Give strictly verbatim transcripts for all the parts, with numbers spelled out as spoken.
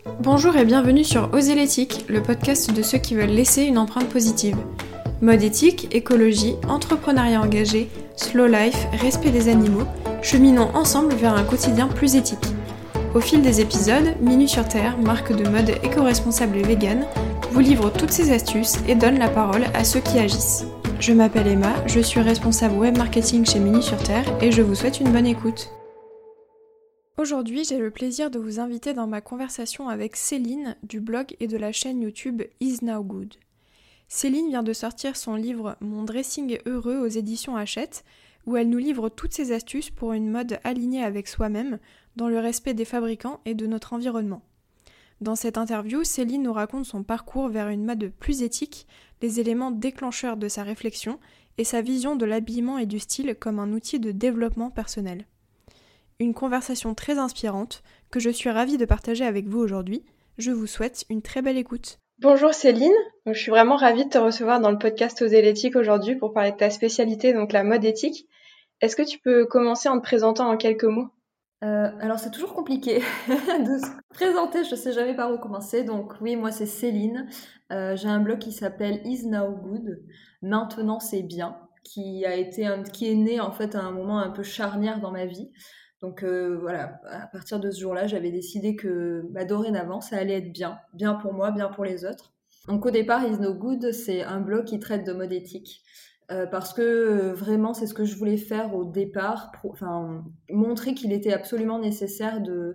Bonjour et bienvenue sur Oser l'éthique, le podcast de ceux qui veulent laisser une empreinte positive. Mode éthique, écologie, entrepreneuriat engagé, slow life, respect des animaux, cheminons ensemble vers un quotidien plus éthique. Au fil des épisodes, Minu sur Terre, marque de mode éco-responsable et vegan, vous livre toutes ses astuces et donne la parole à ceux qui agissent. Je m'appelle Emma, je suis responsable web marketing chez Minu sur Terre et je vous souhaite une bonne écoute. Aujourd'hui, j'ai le plaisir de vous inviter dans ma conversation avec Céline du blog et de la chaîne YouTube Is Now Good. Céline vient de sortir son livre Mon dressing est heureux aux éditions Hachette, où elle nous livre toutes ses astuces pour une mode alignée avec soi-même, dans le respect des fabricants et de notre environnement. Dans cette interview, Céline nous raconte son parcours vers une mode plus éthique, les éléments déclencheurs de sa réflexion et sa vision de l'habillement et du style comme un outil de développement personnel. Une conversation très inspirante que je suis ravie de partager avec vous aujourd'hui. Je vous souhaite une très belle écoute. Bonjour Céline, je suis vraiment ravie de te recevoir dans le podcast Oser l'éthique aujourd'hui pour parler de ta spécialité, donc la mode éthique. Est-ce que tu peux commencer en te présentant en quelques mots ? Euh, alors c'est toujours compliqué de se présenter, je sais jamais par où commencer. Donc oui, moi c'est Céline. Euh, j'ai un blog qui s'appelle Is Now Good. Maintenant c'est bien, qui a été un, qui est né en fait à un moment un peu charnière dans ma vie. Donc euh, voilà, à partir de ce jour-là, j'avais décidé que bah, dorénavant ça allait être bien, bien pour moi, bien pour les autres. Donc au départ, Is Now Good, c'est un blog qui traite de mode éthique. Euh, parce que euh, vraiment c'est ce que je voulais faire au départ, pro- enfin montrer qu'il était absolument nécessaire de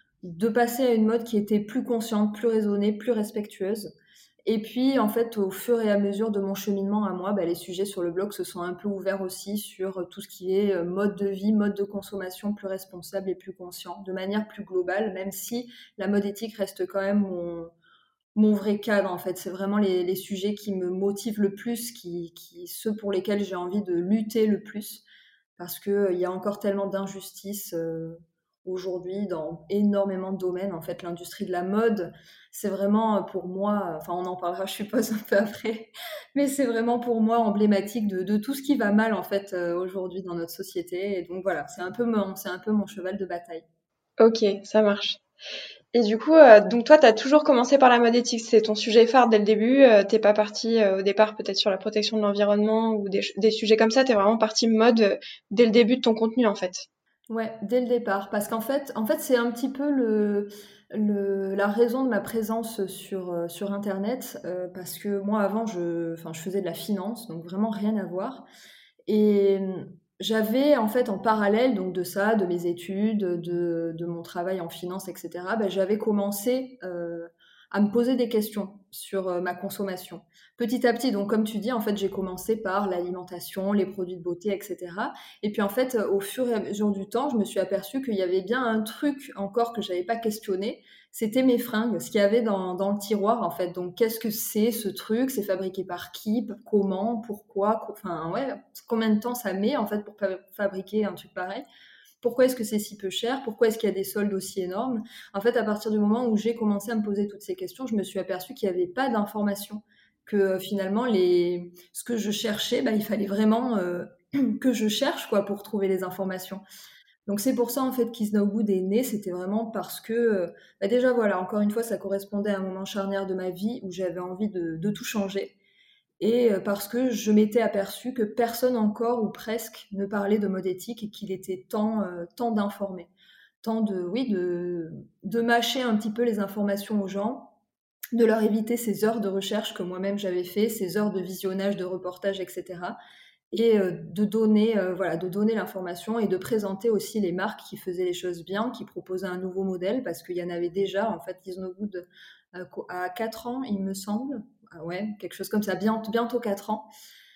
de passer à une mode qui était plus consciente, plus raisonnée, plus respectueuse. Et puis en fait au fur et à mesure de mon cheminement à moi, bah, les sujets sur le blog se sont un peu ouverts aussi sur tout ce qui est euh, mode de vie, mode de consommation plus responsable et plus conscient, de manière plus globale, même si la mode éthique reste quand même mon mon vrai cadre en fait. C'est vraiment les, les sujets qui me motivent le plus, qui, qui, ceux pour lesquels j'ai envie de lutter le plus, parce qu'il euh, y a encore tellement d'injustices euh, aujourd'hui dans énormément de domaines. En fait, l'industrie de la mode, c'est vraiment euh, pour moi, enfin on en parlera je suppose un peu après, mais c'est vraiment pour moi emblématique de, de tout ce qui va mal en fait euh, aujourd'hui dans notre société. Et donc voilà, c'est un peu mon, c'est un peu mon cheval de bataille. Ok, ça marche. Et du coup, euh, donc toi, t'as toujours commencé par la mode éthique, c'est ton sujet phare dès le début. Euh, t'es pas parti euh, au départ peut-être sur la protection de l'environnement ou des, des sujets comme ça. T'es vraiment parti mode euh, dès le début de ton contenu en fait. Ouais, dès le départ, parce qu'en fait, en fait, c'est un petit peu le, le, la raison de ma présence sur, euh, sur Internet, euh, parce que moi, avant, je, enfin, je faisais de la finance, donc vraiment rien à voir. Et euh, j'avais, en fait, en parallèle donc de ça, de mes études, de, de mon travail en finance, et cetera, ben, j'avais commencé euh, à me poser des questions sur euh, ma consommation. Petit à petit, donc comme tu dis, en fait, j'ai commencé par l'alimentation, les produits de beauté, et cetera. Et puis en fait, euh, au fur et à mesure du temps, je me suis aperçue qu'il y avait bien un truc encore que j'avais pas questionné. C'était mes fringues, ce qu'il y avait dans, dans le tiroir en fait. Donc qu'est-ce que c'est ce truc? C'est fabriqué par qui? Comment? Pourquoi? Enfin ouais, combien de temps ça met en fait pour fabriquer un truc pareil? Pourquoi est-ce que c'est si peu cher? Pourquoi est-ce qu'il y a des soldes aussi énormes? En fait, à partir du moment où j'ai commencé à me poser toutes ces questions, je me suis aperçue qu'il n'y avait pas d'informations, que euh, finalement les ce que je cherchais, bah, il fallait vraiment euh, que je cherche quoi pour trouver les informations. Donc c'est pour ça en fait qu'Is Now Good est né, c'était vraiment parce que euh, bah déjà voilà, encore une fois, ça correspondait à un moment charnière de ma vie où j'avais envie de, de tout changer et euh, parce que je m'étais aperçue que personne encore ou presque ne parlait de mode éthique et qu'il était temps, euh, temps d'informer, temps de oui de de mâcher un petit peu les informations aux gens, de leur éviter ces heures de recherche que moi-même j'avais fait, ces heures de visionnage de reportages, et cetera et euh, de donner euh, voilà de donner l'information et de présenter aussi les marques qui faisaient les choses bien, qui proposaient un nouveau modèle parce qu'il y en avait déjà en fait. Is No Good euh, à quatre ans il me semble. Ah ouais, quelque chose comme ça, bientôt bientôt quatre ans.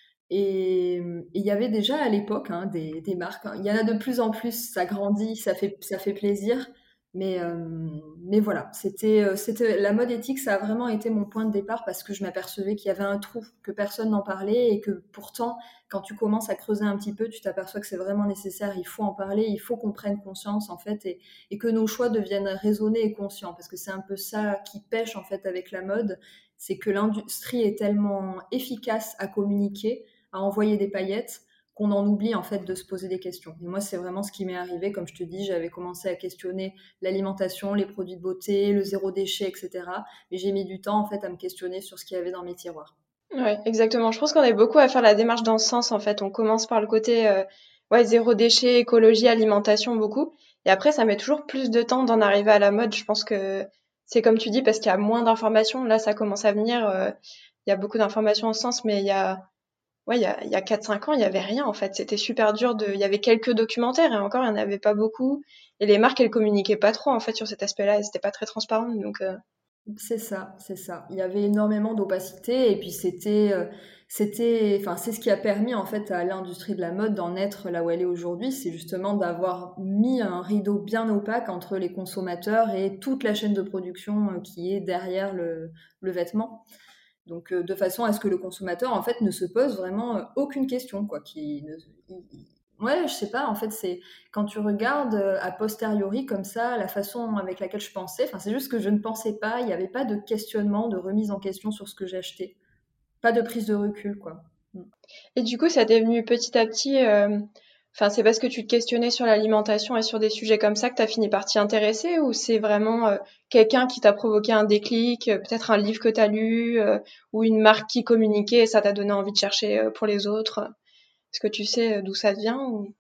Et il y avait déjà à l'époque hein, des, des marques. Il y en a de plus en plus, ça grandit, ça fait, ça fait plaisir. Mais, euh, mais voilà, c'était, euh, c'était la mode éthique, ça a vraiment été mon point de départ parce que je m'apercevais qu'il y avait un trou, que personne n'en parlait et que pourtant, quand tu commences à creuser un petit peu, tu t'aperçois que c'est vraiment nécessaire, il faut en parler, il faut qu'on prenne conscience en fait et, et que nos choix deviennent raisonnés et conscients parce que c'est un peu ça qui pêche en fait avec la mode, c'est que l'industrie est tellement efficace à communiquer, à envoyer des paillettes, qu'on en oublie en fait de se poser des questions. Et moi, c'est vraiment ce qui m'est arrivé. Comme je te dis, j'avais commencé à questionner l'alimentation, les produits de beauté, le zéro déchet, et cetera. Mais j'ai mis du temps en fait à me questionner sur ce qu'il y avait dans mes tiroirs. Ouais, exactement. Je pense qu'on est beaucoup à faire la démarche dans ce sens, en fait. On commence par le côté euh, ouais, zéro déchet, écologie, alimentation, beaucoup. Et après, ça met toujours plus de temps d'en arriver à la mode. Je pense que c'est comme tu dis, parce qu'il y a moins d'informations. Là, ça commence à venir. euh, Il y a beaucoup d'informations en ce sens, mais il y a, ouais, il y a, il y a quatre cinq ans, il y avait rien, en fait. C'était super dur de, il y avait quelques documentaires et encore, il n'y en avait pas beaucoup. Et les marques, elles communiquaient pas trop, en fait, sur cet aspect-là. Elles étaient pas très transparentes. Donc, euh, C'est ça, c'est ça. Il y avait énormément d'opacité et puis c'était, euh, c'était, enfin c'est ce qui a permis en fait à l'industrie de la mode d'en être là où elle est aujourd'hui, c'est justement d'avoir mis un rideau bien opaque entre les consommateurs et toute la chaîne de production euh, qui est derrière le, le vêtement. Donc euh, de façon à ce que le consommateur en fait ne se pose vraiment euh, aucune question quoi, qui ne, il- il- ouais je sais pas en fait c'est quand tu regardes euh, a posteriori comme ça la façon avec laquelle je pensais, enfin c'est juste que je ne pensais pas, il n'y avait pas de questionnement, de remise en question sur ce que j'ai acheté, pas de prise de recul quoi. Mm. Et du coup, ça t'est venu petit à petit. euh, Enfin, c'est parce que tu te questionnais sur l'alimentation et sur des sujets comme ça que t'as fini par t'y intéresser, ou c'est vraiment euh, quelqu'un qui t'a provoqué un déclic, euh, peut-être un livre que t'as lu, euh, ou une marque qui communiquait et ça t'a donné envie de chercher euh, pour les autres. Est-ce que tu sais euh, d'où ça vient ou...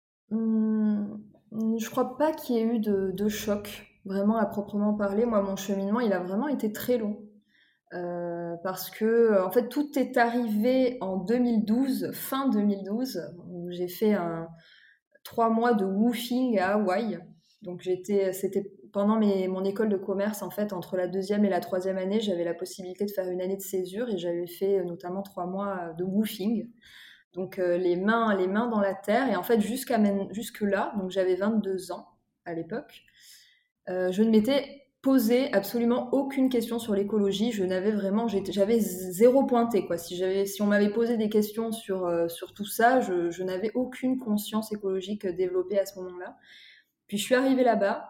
Hum, je crois pas qu'il y ait eu de, de choc vraiment à proprement parler. Moi mon cheminement il a vraiment été très long. Euh, parce que en fait tout est arrivé en deux mille douze, fin deux mille douze, où j'ai fait un trois mois de woofing à Hawaï. Donc j'étais, c'était pendant mes, mon école de commerce en fait, entre la deuxième et la troisième année, j'avais la possibilité de faire une année de césure et j'avais fait euh, notamment trois mois de woofing. Donc euh, les mains, les mains dans la terre et en fait jusqu'à jusque là, donc j'avais vingt-deux ans à l'époque. Euh, je ne m'étais posé absolument aucune question sur l'écologie. Je n'avais vraiment, j'avais zéro pointé quoi. Si j'avais, si on m'avait posé des questions sur euh, sur tout ça, je, je n'avais aucune conscience écologique développée à ce moment-là. Puis je suis arrivée là-bas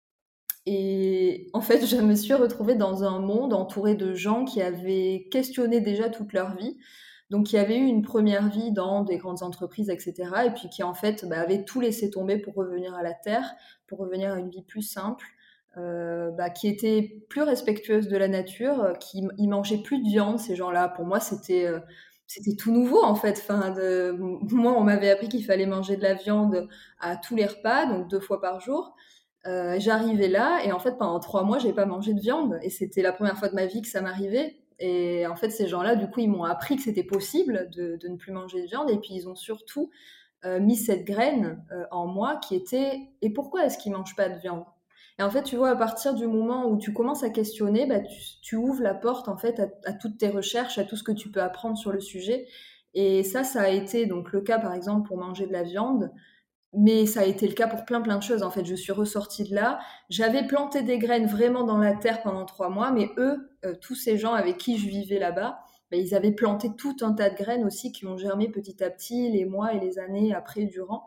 et en fait, je me suis retrouvée dans un monde entouré de gens qui avaient questionné déjà toute leur vie. Donc, qui avaient eu une première vie dans des grandes entreprises, et cetera. Et puis qui, en fait, bah, avaient tout laissé tomber pour revenir à la terre, pour revenir à une vie plus simple, euh, bah, qui était plus respectueuse de la nature, euh, qui ils mangeaient plus de viande, ces gens-là. Pour moi, c'était euh, c'était tout nouveau, en fait. Enfin, de, moi, on m'avait appris qu'il fallait manger de la viande à tous les repas, donc deux fois par jour. Euh, j'arrivais là et en fait pendant trois mois j'ai pas mangé de viande et c'était la première fois de ma vie que ça m'arrivait et en fait ces gens-là du coup ils m'ont appris que c'était possible de, de ne plus manger de viande et puis ils ont surtout euh, mis cette graine euh, en moi qui était et pourquoi est-ce qu'ils mangent pas de viande. Et en fait tu vois à partir du moment où tu commences à questionner bah, tu, tu ouvres la porte en fait à, à toutes tes recherches, à tout ce que tu peux apprendre sur le sujet et ça ça a été donc le cas par exemple pour manger de la viande. Mais ça a été le cas pour plein plein de choses. En fait, je suis ressortie de là. J'avais planté des graines vraiment dans la terre pendant trois mois, mais eux, euh, tous ces gens avec qui je vivais là-bas, ben, ils avaient planté tout un tas de graines aussi qui ont germé petit à petit les mois et les années après durant.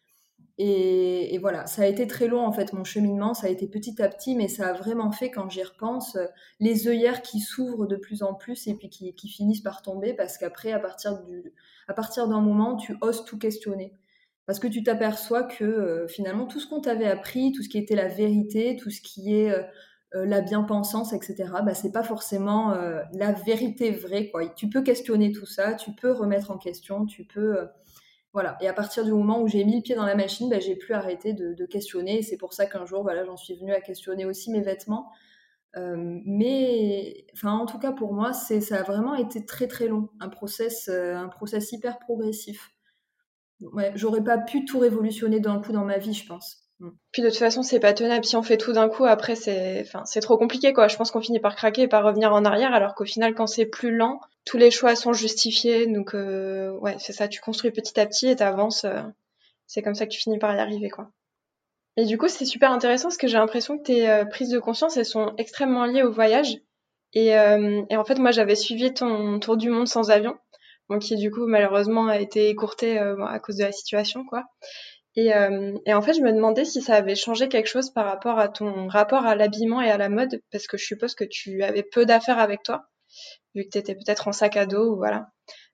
Et, et voilà, ça a été très long en fait mon cheminement, ça a été petit à petit, mais ça a vraiment fait quand j'y repense euh, les œillères qui s'ouvrent de plus en plus et puis qui, qui finissent par tomber parce qu'après, à partir du, à partir d'un moment, tu oses tout questionner. Parce que tu t'aperçois que euh, finalement tout ce qu'on t'avait appris, tout ce qui était la vérité, tout ce qui est euh, euh, la bien-pensance, et cetera, bah, c'est pas forcément euh, la vérité vraie, quoi. Tu peux questionner tout ça, tu peux remettre en question, tu peux. euh, voilà. Et à partir du moment où j'ai mis le pied dans la machine, bah, j'ai plus arrêté de, de questionner. Et c'est pour ça qu'un jour, voilà, j'en suis venue à questionner aussi mes vêtements. Euh, mais, enfin, en tout cas pour moi, c'est, ça a vraiment été très très long, un process, euh, un process hyper progressif. Ouais, j'aurais pas pu tout révolutionner d'un coup dans ma vie, je pense. Mm. Puis de toute façon, c'est pas tenable. Si on fait tout d'un coup, après, c'est, enfin, c'est trop compliqué, quoi. Je pense qu'on finit par craquer et par revenir en arrière, alors qu'au final, quand c'est plus lent, tous les choix sont justifiés. Donc, euh, ouais, c'est ça. Tu construis petit à petit et t'avances. euh, c'est comme ça que tu finis par y arriver, quoi. Et du coup, c'est super intéressant parce que j'ai l'impression que tes euh, prises de conscience, elles sont extrêmement liées au voyage. Et, euh, et en fait, moi, j'avais suivi ton tour du monde sans avion, donc qui du coup, malheureusement, a été écourté euh, bon, à cause de la situation, quoi. Et, euh, et en fait, je me demandais si ça avait changé quelque chose par rapport à ton rapport à l'habillement et à la mode, parce que je suppose que tu avais peu d'affaires avec toi, vu que t'étais peut-être en sac à dos, ou voilà.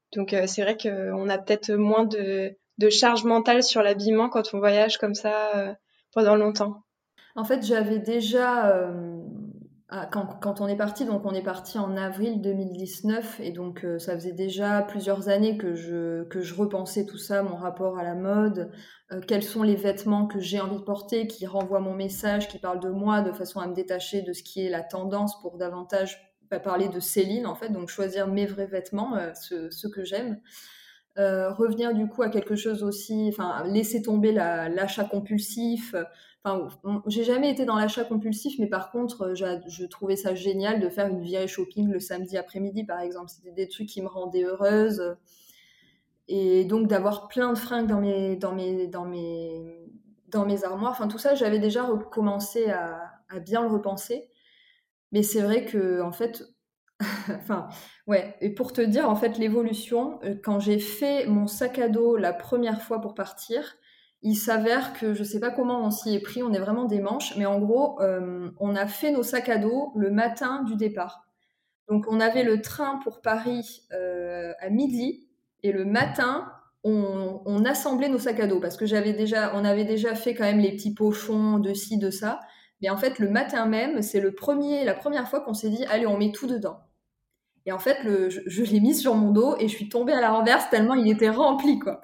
Donc euh, c'est vrai qu'on a peut-être moins de, de charge mentale sur l'habillement quand on voyage comme ça euh, pendant longtemps. En fait, j'avais déjà, euh, ah, quand, quand on est parti, donc on est parti en avril deux mille dix-neuf, et donc euh, ça faisait déjà plusieurs années que je, que je repensais tout ça, mon rapport à la mode, euh, quels sont les vêtements que j'ai envie de porter, qui renvoient mon message, qui parlent de moi, de façon à me détacher de ce qui est la tendance pour davantage bah, parler de Céline, en fait, donc choisir mes vrais vêtements, euh, ceux, ceux que j'aime. Euh, revenir du coup à quelque chose aussi, enfin laisser tomber la, l'achat compulsif. Enfin, j'ai jamais été dans l'achat compulsif, mais par contre, je, je trouvais ça génial de faire une virée shopping le samedi après-midi, par exemple. C'était des trucs qui me rendaient heureuse, et donc d'avoir plein de fringues dans mes, dans mes, dans mes, dans mes armoires. Enfin, tout ça, j'avais déjà recommencé à, à bien le repenser. Mais c'est vrai que, en fait, enfin, ouais. Et pour te dire, en fait, l'évolution, euh, quand j'ai fait mon sac à dos la première fois pour partir, il s'avère que je sais pas comment on s'y est pris, on est vraiment des manches, mais en gros, euh, on a fait nos sacs à dos le matin du départ. Donc, on avait le train pour Paris euh, à midi, et le matin, on, on assemblait nos sacs à dos parce que j'avais déjà, on avait déjà fait quand même les petits pochons de ci, de ça. Mais en fait, le matin même, c'est le premier, la première fois qu'on s'est dit, allez, on met tout dedans. Et en fait, le, je, je l'ai mis sur mon dos et je suis tombée à la renverse tellement il était rempli, quoi.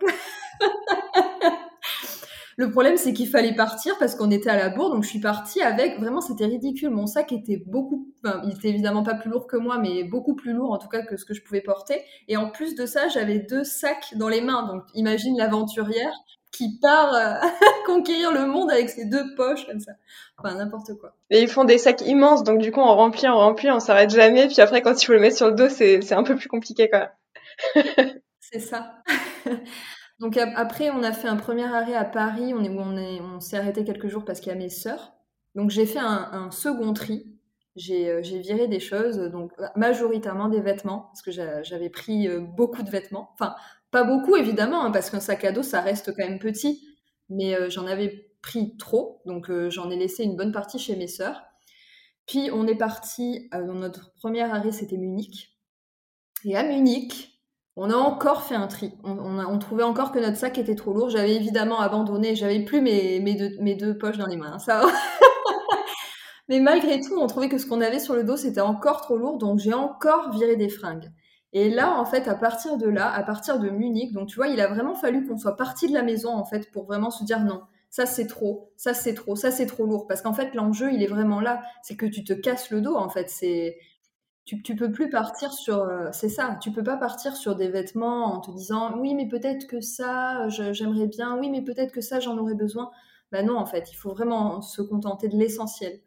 Le problème, c'est qu'il fallait partir parce qu'on était à la bourre, donc je suis partie avec, vraiment, c'était ridicule. Mon sac était beaucoup, enfin, il était évidemment pas plus lourd que moi, mais beaucoup plus lourd, en tout cas, que ce que je pouvais porter. Et en plus de ça, j'avais deux sacs dans les mains. Donc, imagine l'aventurière qui part euh, conquérir le monde avec ses deux poches, comme ça. Enfin, n'importe quoi. Et ils font des sacs immenses, donc du coup, on remplit, on remplit, on s'arrête jamais. Puis après, quand il faut le mettre sur le dos, c'est, c'est un peu plus compliqué, quoi. C'est ça. Donc après, on a fait un premier arrêt à Paris, on, est, on, est, on s'est arrêté quelques jours parce qu'il y a mes sœurs. Donc j'ai fait un, un second tri, j'ai, euh, j'ai viré des choses, donc majoritairement des vêtements, parce que j'a, j'avais pris euh, beaucoup de vêtements. Enfin, pas beaucoup évidemment, hein, parce qu'un sac à dos, ça reste quand même petit, mais euh, j'en avais pris trop, donc euh, j'en ai laissé une bonne partie chez mes sœurs. Puis on est parti, euh, notre premier arrêt, c'était Munich. Et à Munich, on a encore fait un tri. On, on, a, on trouvait encore que notre sac était trop lourd. J'avais évidemment abandonné. J'avais plus mes, mes, deux, mes deux poches dans les mains. Ça. Mais malgré tout, on trouvait que ce qu'on avait sur le dos, c'était encore trop lourd. Donc, j'ai encore viré des fringues. Et là, en fait, à partir de là, à partir de Munich, donc tu vois, il a vraiment fallu qu'on soit parti de la maison, en fait, pour vraiment se dire non. Ça, c'est trop. Ça, c'est trop. Ça, c'est trop lourd. Parce qu'en fait, l'enjeu, il est vraiment là. C'est que tu te casses le dos, en fait. C'est... Tu, tu peux plus partir sur, euh, c'est ça, tu peux pas partir sur des vêtements en te disant oui mais peut-être que ça je, j'aimerais bien, oui mais peut-être que ça j'en aurais besoin. Bah non en fait, il faut vraiment se contenter de l'essentiel.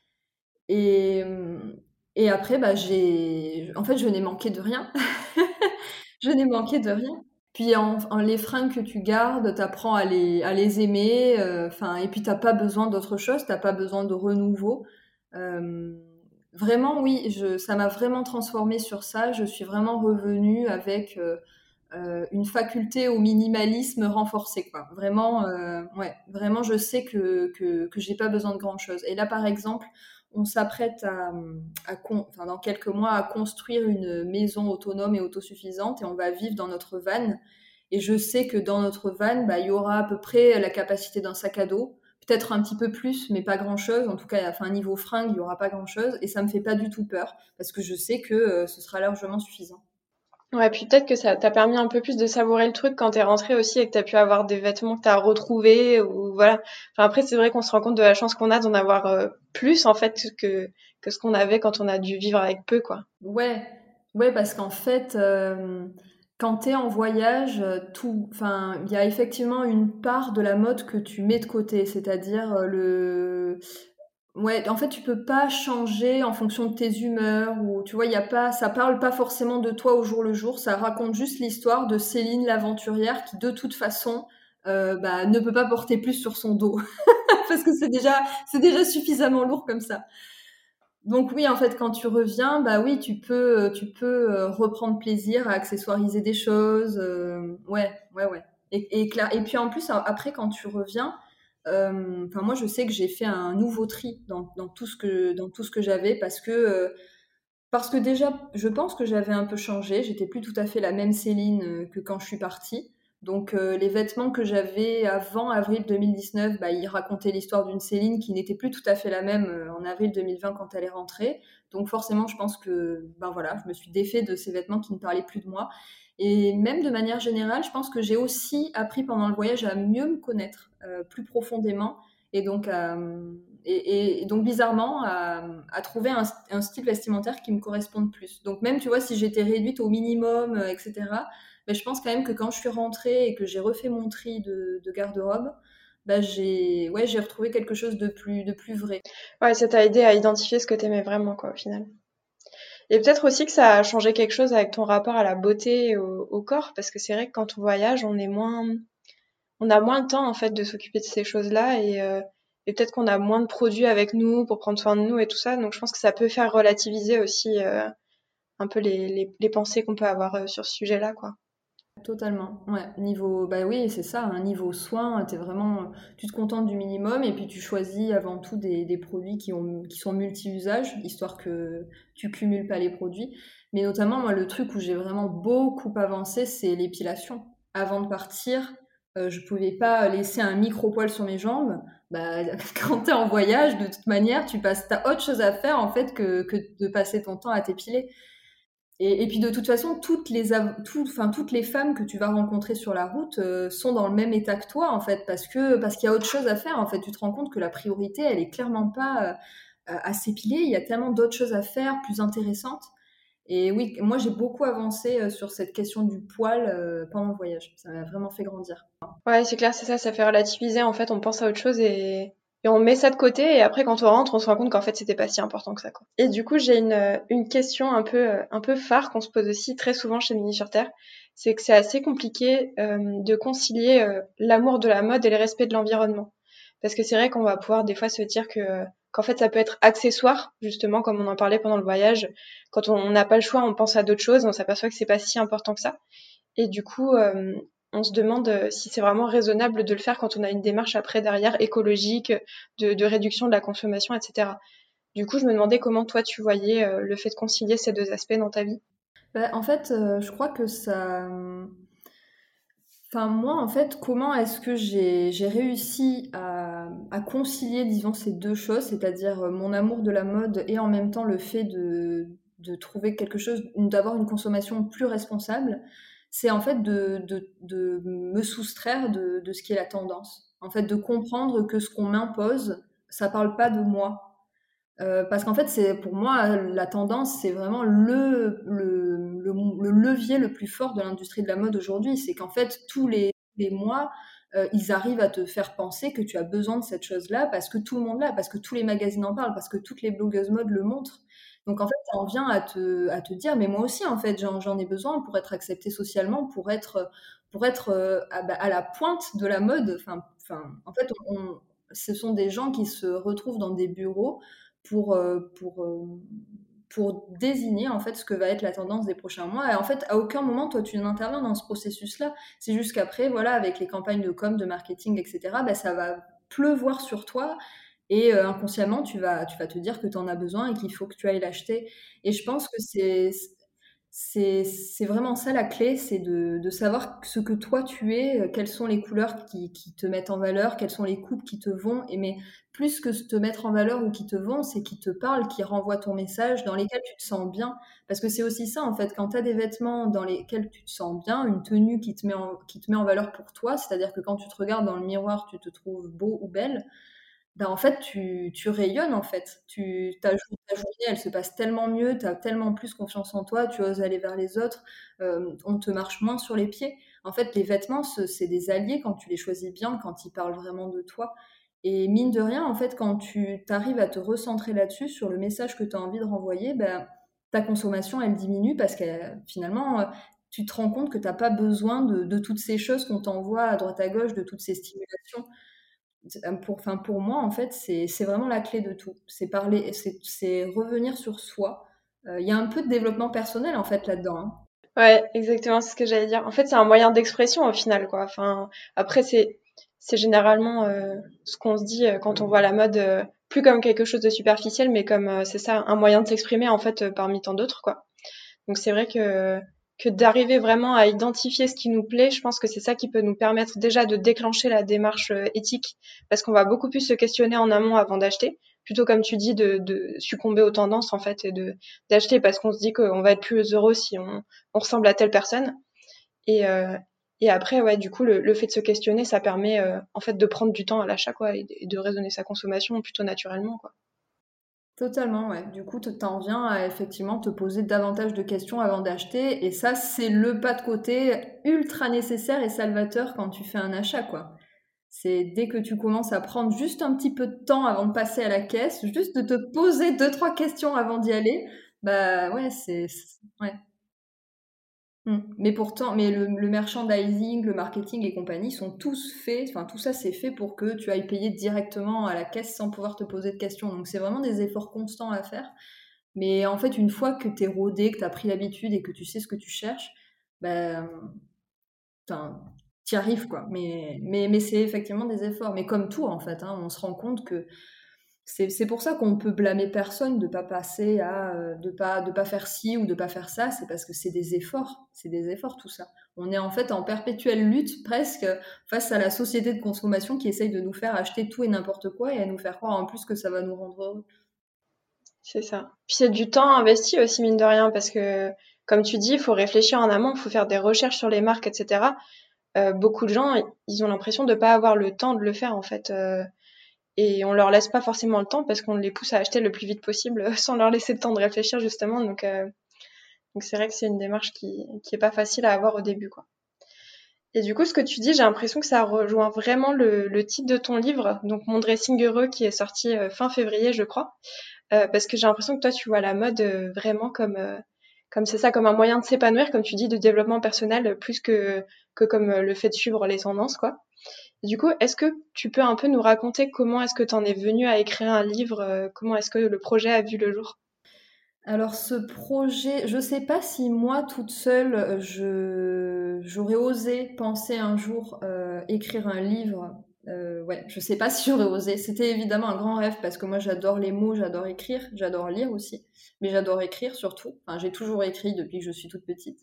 Et et après bah j'ai, en fait je n'ai manqué de rien, je n'ai manqué de rien. Puis en, en les fringues que tu gardes, t'apprends à les à les aimer, enfin euh, et puis t'as pas besoin d'autre chose, t'as pas besoin de renouveau. Euh, Vraiment, oui, je, ça m'a vraiment transformée sur ça. Je suis vraiment revenue avec euh, euh, une faculté au minimalisme renforcée, quoi. Vraiment, euh, ouais, vraiment, je sais que que que j'ai pas besoin de grand chose. Et là, par exemple, on s'apprête à, à con, enfin, dans quelques mois, à construire une maison autonome et autosuffisante, et on va vivre dans notre van. Et je sais que dans notre van, bah, il y aura à peu près la capacité d'un sac à dos. Peut-être un petit peu plus, mais pas grand-chose. En tout cas, enfin, niveau fringues, il n'y aura pas grand-chose. Et ça me fait pas du tout peur, parce que je sais que euh, ce sera largement suffisant. Ouais, puis peut-être que ça t'a permis un peu plus de savourer le truc quand t'es rentrée aussi et que t'as pu avoir des vêtements que t'as retrouvés ou voilà. Enfin, après, c'est vrai qu'on se rend compte de la chance qu'on a d'en avoir euh, plus, en fait, que, que ce qu'on avait quand on a dû vivre avec peu, quoi. Ouais, ouais, parce qu'en fait, euh, quand t'es en voyage, tout, enfin, il y a effectivement une part de la mode que tu mets de côté, c'est-à-dire euh, le, ouais, en fait, tu peux pas changer en fonction de tes humeurs ou tu vois, il y a pas, ça parle pas forcément de toi au jour le jour, ça raconte juste l'histoire de Céline l'aventurière qui de toute façon euh, bah, ne peut pas porter plus sur son dos parce que c'est déjà, c'est déjà suffisamment lourd comme ça. Donc oui, en fait, quand tu reviens, bah oui, tu peux, tu peux euh, reprendre plaisir à accessoiriser des choses. Euh, ouais, ouais, ouais. Et, et, et puis en plus, après, quand tu reviens, euh, enfin moi, je sais que j'ai fait un nouveau tri dans, dans tout ce que dans tout ce que j'avais parce que euh, Parce que déjà, je pense que j'avais un peu changé. J'étais plus tout à fait la même Céline euh, que quand je suis partie. Donc euh, les vêtements que j'avais avant avril deux mille dix-neuf, bah, ils racontaient l'histoire d'une Céline qui n'était plus tout à fait la même euh, en avril deux mille vingt quand elle est rentrée. Donc forcément, je pense que ben voilà, je me suis défait de ces vêtements qui ne parlaient plus de moi. Et même de manière générale, je pense que j'ai aussi appris pendant le voyage à mieux me connaître euh, plus profondément et donc à, et, et donc bizarrement à, à trouver un, un style vestimentaire qui me corresponde plus. Donc même tu vois si j'étais réduite au minimum, euh, et cetera. Mais je pense quand même que quand je suis rentrée et que j'ai refait mon tri de, de garde-robe, bah j'ai ouais j'ai retrouvé quelque chose de plus de plus vrai. Ouais, ça t'a aidé à identifier ce que t'aimais vraiment, quoi, au final. Et peut-être aussi que ça a changé quelque chose avec ton rapport à la beauté et au, au corps, parce que c'est vrai que quand on voyage, on est moins, on a moins le temps en fait de s'occuper de ces choses-là et, euh, et peut-être qu'on a moins de produits avec nous pour prendre soin de nous et tout ça. Donc je pense que ça peut faire relativiser aussi euh, un peu les, les, les pensées qu'on peut avoir euh, sur ce sujet-là, quoi. Totalement, ouais. Niveau, bah oui, c'est ça, un niveau soin, t'es vraiment, tu te contentes du minimum et puis tu choisis avant tout des, des produits qui ont, qui sont multi-usages, histoire que tu cumules pas les produits. Mais notamment, moi, le truc où j'ai vraiment beaucoup avancé, c'est l'épilation. Avant de partir, euh, je pouvais pas laisser un micro-poil sur mes jambes. Bah, quand t'es en voyage, de toute manière, tu passes, t'as autre chose à faire, en fait, que, que de passer ton temps à t'épiler. Et, et puis de toute façon, toutes les, av- tout, enfin, toutes les femmes que tu vas rencontrer sur la route euh, sont dans le même état que toi, en fait, parce que parce qu'il y a autre chose à faire. En fait, tu te rends compte que la priorité, elle est clairement pas euh, à s'épiler. Il y a tellement d'autres choses à faire, plus intéressantes. Et oui, moi, j'ai beaucoup avancé euh, sur cette question du poil euh, pendant le voyage. Ça m'a vraiment fait grandir. Ouais, c'est clair, c'est ça, ça fait relativiser. En fait, on pense à autre chose et, et on met ça de côté. Et après, quand on rentre, on se rend compte qu'en fait, c'était pas si important que ça, quoi. Et du coup, j'ai une, euh, une question un peu, euh, un peu phare qu'on se pose aussi très souvent chez Mini sur Terre. C'est que c'est assez compliqué euh, de concilier euh, l'amour de la mode et le respect de l'environnement. Parce que c'est vrai qu'on va pouvoir des fois se dire que qu'en fait, ça peut être accessoire, justement, comme on en parlait pendant le voyage. Quand on n'a pas le choix, on pense à d'autres choses, on s'aperçoit que c'est pas si important que ça. Et du coup, euh, on se demande euh, si c'est vraiment raisonnable de le faire quand on a une démarche après derrière écologique, de, de réduction de la consommation, et cetera. Du coup, je me demandais comment toi tu voyais euh, le fait de concilier ces deux aspects dans ta vie. Bah, en fait, euh, je crois que ça. Enfin, moi, en fait, comment est-ce que j'ai j'ai réussi à, à concilier, disons, ces deux choses, c'est-à-dire euh, mon amour de la mode et en même temps le fait de, de trouver quelque chose, d'avoir une consommation plus responsable, c'est en fait de, de, de me soustraire de, de ce qui est la tendance. En fait, de comprendre que ce qu'on m'impose, ça parle pas de moi. Euh, parce qu'en fait, c'est pour moi la tendance, c'est vraiment le, le, le, le levier le plus fort de l'industrie de la mode aujourd'hui. C'est qu'en fait, tous les, les mois, euh, ils arrivent à te faire penser que tu as besoin de cette chose-là parce que tout le monde l'a, parce que tous les magazines en parlent, parce que toutes les blogueuses mode le montrent. Donc en fait, ça en vient à te, à te dire, mais moi aussi, en fait, j'en, j'en ai besoin pour être acceptée socialement, pour être, pour être euh, à, bah, à la pointe de la mode. Enfin, enfin, en fait, on, on- ce sont des gens qui se retrouvent dans des bureaux pour, euh, pour, euh, pour désigner en fait ce que va être la tendance des prochains mois. Et en fait, à aucun moment, toi, tu n'interviens dans ce processus-là. C'est juste qu'après, voilà, avec les campagnes de com, de marketing, et cetera, ben, ça va pleuvoir sur toi et euh, inconsciemment, tu vas, tu vas te dire que tu en as besoin et qu'il faut que tu ailles l'acheter. Et je pense que c'est, c'est, c'est vraiment ça la clé, c'est de, de savoir ce que toi tu es, euh, quelles sont les couleurs qui, qui te mettent en valeur, quelles sont les coupes qui te vont. Et mais plus que te mettre en valeur ou qui te vont, c'est qui te parlent, qui renvoient ton message, dans lesquels tu te sens bien. Parce que c'est aussi ça, en fait, quand tu as des vêtements dans lesquels tu te sens bien, une tenue qui te met en, qui te met en valeur pour toi, c'est-à-dire que quand tu te regardes dans le miroir, tu te trouves beau ou belle, ben en fait, tu, tu rayonnes, en fait. Tu, ta, jour- ta journée, elle se passe tellement mieux, tu as tellement plus confiance en toi, tu oses aller vers les autres, euh, on te marche moins sur les pieds. En fait, les vêtements, ce- c'est des alliés quand tu les choisis bien, quand ils parlent vraiment de toi. Et mine de rien, en fait, quand tu arrives à te recentrer là-dessus, sur le message que tu as envie de renvoyer, ben, ta consommation, elle diminue parce que finalement, euh, tu te rends compte que tu n'as pas besoin de, de toutes ces choses qu'on t'envoie à droite à gauche, de toutes ces stimulations. Pour, enfin, pour moi, en fait, c'est c'est vraiment la clé de tout. C'est parler, c'est c'est revenir sur soi. Euh, Il y a un peu de développement personnel, en fait, là-dedans, hein. Ouais, exactement, c'est ce que j'allais dire. En fait, c'est un moyen d'expression au final, quoi. Enfin, après, c'est c'est généralement euh, ce qu'on se dit euh, quand on voit la mode euh, plus comme quelque chose de superficiel, mais comme euh, c'est ça, un moyen de s'exprimer en fait euh, parmi tant d'autres, quoi. Donc c'est vrai que que d'arriver vraiment à identifier ce qui nous plaît, je pense que c'est ça qui peut nous permettre déjà de déclencher la démarche euh, éthique, parce qu'on va beaucoup plus se questionner en amont avant d'acheter, plutôt comme tu dis de, de succomber aux tendances en fait et de d'acheter parce qu'on se dit qu'on va être plus heureux si on, on ressemble à telle personne. Et euh, et après, ouais, du coup, le, le fait de se questionner, ça permet euh, en fait de prendre du temps à l'achat, quoi, et, et de raisonner sa consommation plutôt naturellement, quoi. Totalement, ouais. Du coup, tu t'en viens à effectivement te poser davantage de questions avant d'acheter. Et ça, c'est le pas de côté ultra nécessaire et salvateur quand tu fais un achat, quoi. C'est dès que tu commences à prendre juste un petit peu de temps avant de passer à la caisse, juste de te poser deux, trois questions avant d'y aller, bah ouais, c'est... c'est- Ouais. Mm. Mais pourtant, mais le, le merchandising, le marketing et compagnie sont tous faits, enfin tout ça c'est fait pour que tu ailles payer directement à la caisse sans pouvoir te poser de questions. Donc c'est vraiment des efforts constants à faire. Mais en fait, une fois que t'es rodé, que t'as pris l'habitude et que tu sais ce que tu cherches, ben, enfin, t'y arrives quoi. Mais, mais, mais c'est effectivement des efforts. Mais comme tout en fait, hein, on se rend compte que c'est, c'est pour ça qu'on peut blâmer personne de pas passer à euh, de pas de pas faire ci ou de pas faire ça, c'est parce que c'est des efforts, c'est des efforts tout ça. On est en fait en perpétuelle lutte presque face à la société de consommation qui essaye de nous faire acheter tout et n'importe quoi et à nous faire croire en plus que ça va nous rendre heureux. C'est ça. Puis c'est du temps investi aussi, mine de rien, parce que, comme tu dis, il faut réfléchir en amont, il faut faire des recherches sur les marques, et cetera. Euh, beaucoup de gens, ils ont l'impression de pas avoir le temps de le faire, en fait. Euh, et on leur laisse pas forcément le temps parce qu'on les pousse à acheter le plus vite possible sans leur laisser le temps de réfléchir, justement. Donc, euh, donc c'est vrai que c'est une démarche qui, qui est pas facile à avoir au début, quoi. Et du coup, ce que tu dis, j'ai l'impression que ça rejoint vraiment le, le titre de ton livre, donc Mon dressing heureux, qui est sorti euh, fin février, je crois. Euh, parce que j'ai l'impression que toi, tu vois la mode euh, vraiment comme, euh, comme c'est ça, comme un moyen de s'épanouir, comme tu dis, de développement personnel, euh, plus que, que comme euh, le fait de suivre les tendances, quoi. Et du coup, est-ce que tu peux un peu nous raconter comment est-ce que tu en es venu à écrire un livre, euh, comment est-ce que le projet a vu le jour? Alors ce projet, je sais pas si moi toute seule, je j'aurais osé penser un jour euh, écrire un livre. Euh, ouais, je sais pas si j'aurais osé. C'était évidemment un grand rêve parce que moi j'adore les mots, j'adore écrire, j'adore lire aussi, mais j'adore écrire surtout. Enfin, j'ai toujours écrit depuis que je suis toute petite.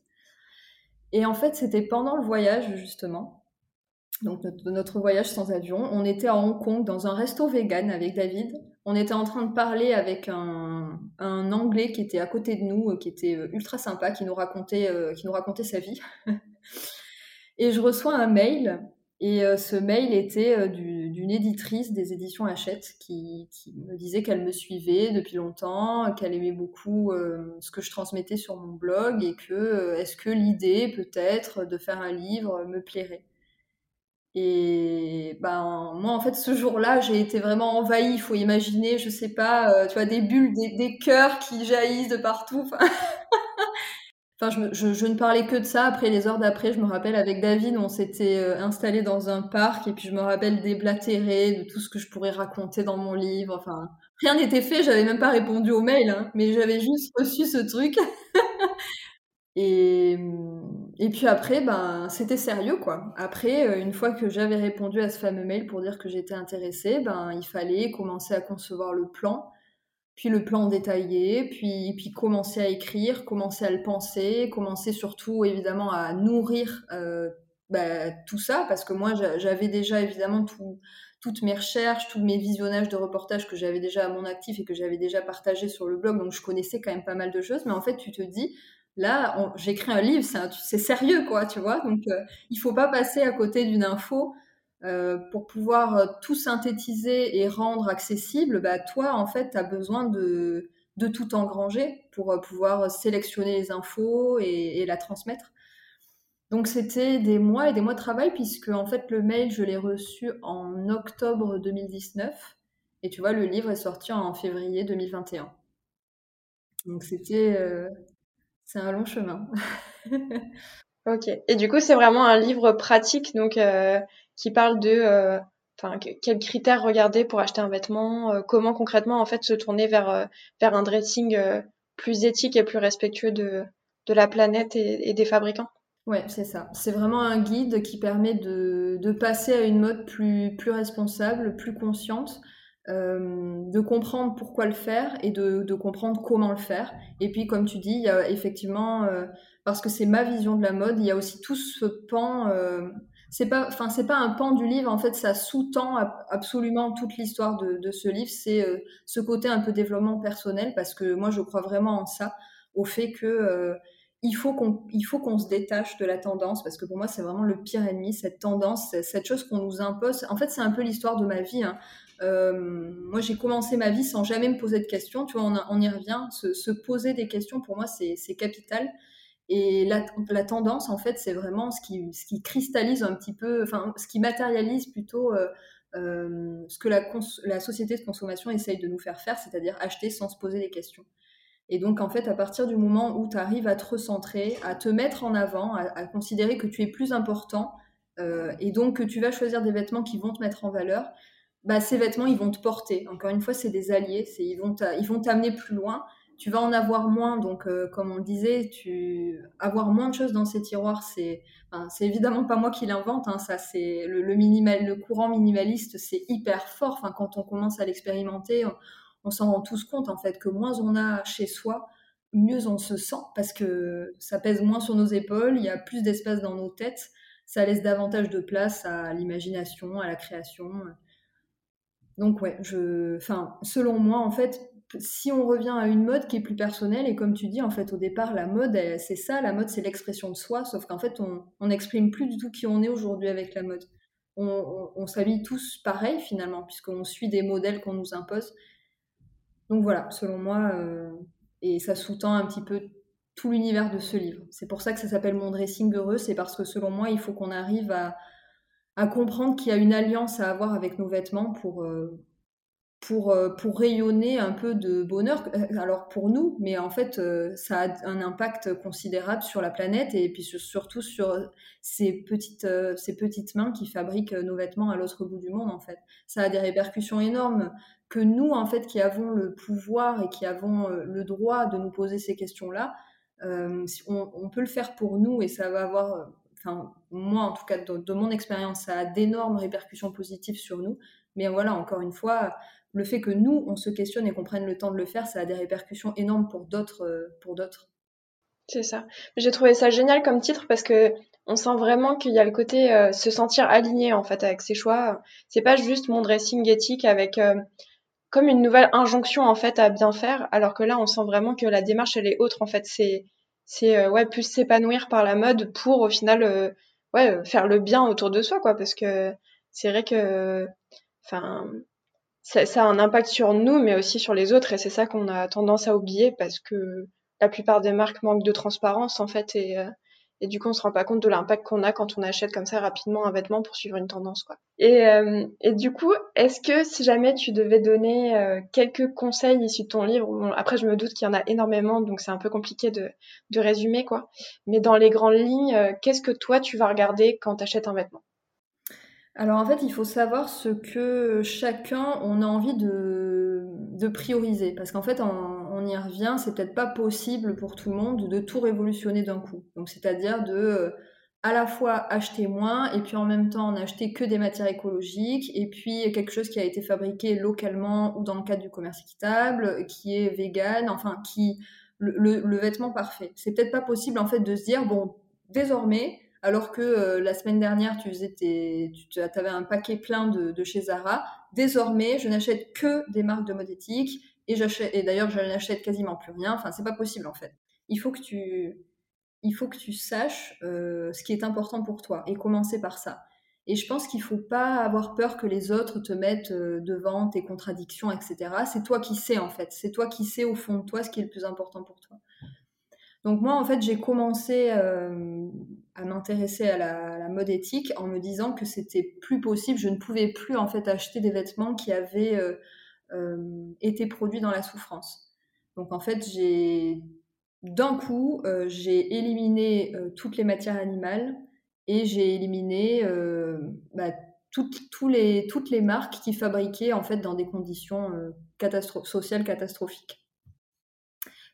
Et en fait, c'était pendant le voyage justement. Donc notre, notre voyage sans avion, on était à Hong Kong dans un resto vegan avec David. On était en train de parler avec un, un Anglais qui était à côté de nous, euh, qui était euh, ultra sympa, qui nous racontait, euh, qui nous racontait sa vie. Et je reçois un mail, et euh, ce mail était euh, du- d'une éditrice des éditions Hachette qui, qui me disait qu'elle me suivait depuis longtemps, qu'elle aimait beaucoup euh, ce que je transmettais sur mon blog, et que euh, est-ce que l'idée peut-être de faire un livre me plairait. Et ben moi en fait ce jour-là j'ai été vraiment envahie. Il faut imaginer, je sais pas, euh, tu vois des bulles, des, des cœurs qui jaillissent de partout. Enfin, enfin je, me- je, je ne parlais que de ça. Après les heures d'après, je me rappelle avec David, on s'était euh, installé dans un parc et puis je me rappelle déblatérer de tout ce que je pourrais raconter dans mon livre. Enfin rien n'était fait, j'avais même pas répondu au mail, hein, mais j'avais juste reçu ce truc. Et, et puis après, ben, c'était sérieux, quoi. Après, euh, une fois que j'avais répondu à ce fameux mail pour dire que j'étais intéressée, ben, il fallait commencer à concevoir le plan, puis le plan détaillé, puis, puis commencer à écrire, commencer à le penser, commencer surtout, évidemment, à nourrir euh, ben, tout ça, parce que moi, j'a- j'avais déjà, évidemment, tout, toutes mes recherches, tous mes visionnages de reportages que j'avais déjà à mon actif et que j'avais déjà partagé sur le blog, donc je connaissais quand même pas mal de choses, mais en fait, tu te dis, là, on- j'écris un livre, c'est un- c'est sérieux, quoi, tu vois. Donc, euh, il faut pas passer à côté d'une info euh, pour pouvoir euh, tout synthétiser et rendre accessible. Bah, toi, en fait, tu as besoin de, de tout engranger pour euh, pouvoir sélectionner les infos et, et la transmettre. Donc, c'était des mois et des mois de travail puisque, en fait, le mail, je l'ai reçu en octobre deux mille dix-neuf. Et tu vois, le livre est sorti en février deux mille vingt et un. Donc, c'était, euh, c'est un long chemin. Ok. Et du coup, c'est vraiment un livre pratique, donc euh, qui parle de, euh, enfin, que- quels critères regarder pour acheter un vêtement, euh, comment concrètement en fait se tourner vers euh, vers un dressing euh, plus éthique et plus respectueux de de la planète et, et des fabricants. Ouais, c'est ça. C'est vraiment un guide qui permet de, de passer à une mode plus, plus responsable, plus consciente, euh, de comprendre pourquoi le faire et de, de comprendre comment le faire. Et puis, comme tu dis, il y a effectivement, euh, parce que c'est ma vision de la mode, il y a aussi tout ce pan. Euh, c'est pas, enfin, c'est pas un pan du livre. En fait, ça sous-tend ab- absolument toute l'histoire de, de ce livre. C'est euh, ce côté un peu développement personnel, parce que moi, je crois vraiment en ça, au fait que euh, il faut qu'on il faut qu'on se détache de la tendance, parce que pour moi c'est vraiment le pire ennemi, cette tendance, cette chose qu'on nous impose. En fait, c'est un peu l'histoire de ma vie, hein. Euh, moi j'ai commencé ma vie sans jamais me poser de questions, tu vois, on, on y revient, se, se, poser des questions pour moi c'est, c'est capital. Et la, la tendance en fait c'est vraiment ce qui, ce qui cristallise un petit peu, enfin ce qui matérialise plutôt euh, euh, ce que la, cons- la société de consommation essaye de nous faire faire, c'est-à-dire acheter sans se poser des questions. Et donc, en fait, à partir du moment où tu arrives à te recentrer, à te mettre en avant, à, à considérer que tu es plus important, euh, et donc que tu vas choisir des vêtements qui vont te mettre en valeur, bah, ces vêtements, ils vont te porter. Encore une fois, c'est des alliés, c'est, ils vont t'a- ils vont t'amener plus loin. Tu vas en avoir moins, donc euh, comme on le disait, tu avoir moins de choses dans ces tiroirs, c'est, enfin, c'est évidemment pas moi qui l'invente, hein, ça c'est le, le minimal, le courant minimaliste, c'est hyper fort. Enfin, quand on commence à l'expérimenter, on, on s'en rend tous compte en fait que moins on a chez soi, mieux on se sent, parce que ça pèse moins sur nos épaules, il y a plus d'espace dans nos têtes, ça laisse davantage de place à l'imagination, à la création. Donc ouais, je, enfin, selon moi, en fait, si on revient à une mode qui est plus personnelle, et comme tu dis, en fait, au départ, la mode, elle, c'est ça, la mode, c'est l'expression de soi, sauf qu'en fait, on on n'exprime plus du tout qui on est aujourd'hui avec la mode. On, on, on s'habille tous pareil, finalement, puisqu'on suit des modèles qu'on nous impose. Donc voilà, selon moi, euh, et ça sous-tend un petit peu tout l'univers de ce livre. C'est pour ça que ça s'appelle Mon dressing heureux, c'est parce que selon moi, il faut qu'on arrive à, à comprendre qu'il y a une alliance à avoir avec nos vêtements pour, euh, pour, euh, pour rayonner un peu de bonheur. Euh, Alors pour nous, mais en fait, euh, ça a un impact considérable sur la planète et puis sur- surtout sur ces petites, euh, ces petites mains qui fabriquent nos vêtements à l'autre bout du monde, en fait. Ça a des répercussions énormes que nous, en fait, qui avons le pouvoir et qui avons euh, le droit de nous poser ces questions-là, euh, si on, on peut le faire pour nous et ça va avoir, euh, enfin, moi, en tout cas, de, de mon expérience, ça a d'énormes répercussions positives sur nous. Mais voilà, encore une fois, le fait que nous, on se questionne et qu'on prenne le temps de le faire, ça a des répercussions énormes pour d'autres. euh, pour d'autres. C'est ça. J'ai trouvé ça génial comme titre parce que on sent vraiment qu'il y a le côté euh, se sentir aligné en fait avec ses choix. C'est pas juste mon dressing éthique avec euh, comme une nouvelle injonction en fait à bien faire, alors que là on sent vraiment que la démarche elle est autre en fait. C'est c'est euh, ouais plus s'épanouir par la mode pour au final euh, ouais euh, faire le bien autour de soi quoi parce que c'est vrai que enfin ça, ça a un impact sur nous, mais aussi sur les autres, et c'est ça qu'on a tendance à oublier parce que la plupart des marques manquent de transparence en fait, et, euh, et du coup on se rend pas compte de l'impact qu'on a quand on achète comme ça rapidement un vêtement pour suivre une tendance quoi. Et, euh, et du coup, est-ce que si jamais tu devais donner euh, quelques conseils issus de ton livre, bon, après je me doute qu'il y en a énormément, donc c'est un peu compliqué de, de résumer quoi, mais dans les grandes lignes, euh, qu'est-ce que toi tu vas regarder quand tu achètes un vêtement? Alors en fait, il faut savoir ce que chacun on a envie de, de prioriser. Parce qu'en fait, on, on y revient, c'est peut-être pas possible pour tout le monde de tout révolutionner d'un coup. Donc c'est-à-dire de euh, à la fois acheter moins et puis en même temps n'acheter que des matières écologiques et puis quelque chose qui a été fabriqué localement ou dans le cadre du commerce équitable, qui est vegan, enfin qui le, le, le vêtement parfait. C'est peut-être pas possible en fait de se dire bon, désormais alors que euh, la semaine dernière, tu faisais tes, tu avais un paquet plein de, de chez Zara. Désormais, je n'achète que des marques de mode éthique et, j'achète, et d'ailleurs, je n'achète quasiment plus rien. Enfin, c'est pas possible en fait. Il faut que tu, il faut que tu saches euh, ce qui est important pour toi et commencer par ça. Et je pense qu'il faut pas avoir peur que les autres te mettent euh, devant tes contradictions, et cetera. C'est toi qui sais en fait. C'est toi qui sais au fond de toi ce qui est le plus important pour toi. Donc moi, en fait, j'ai commencé euh, à m'intéresser à la, à la mode éthique en me disant que c'était plus possible. Je ne pouvais plus en fait acheter des vêtements qui avaient euh, euh, été produits dans la souffrance. Donc en fait, j'ai d'un coup, euh, j'ai éliminé euh, toutes les matières animales et j'ai éliminé euh, bah, toutes, tous les, toutes les marques qui fabriquaient en fait dans des conditions euh, catastro- sociales catastrophiques.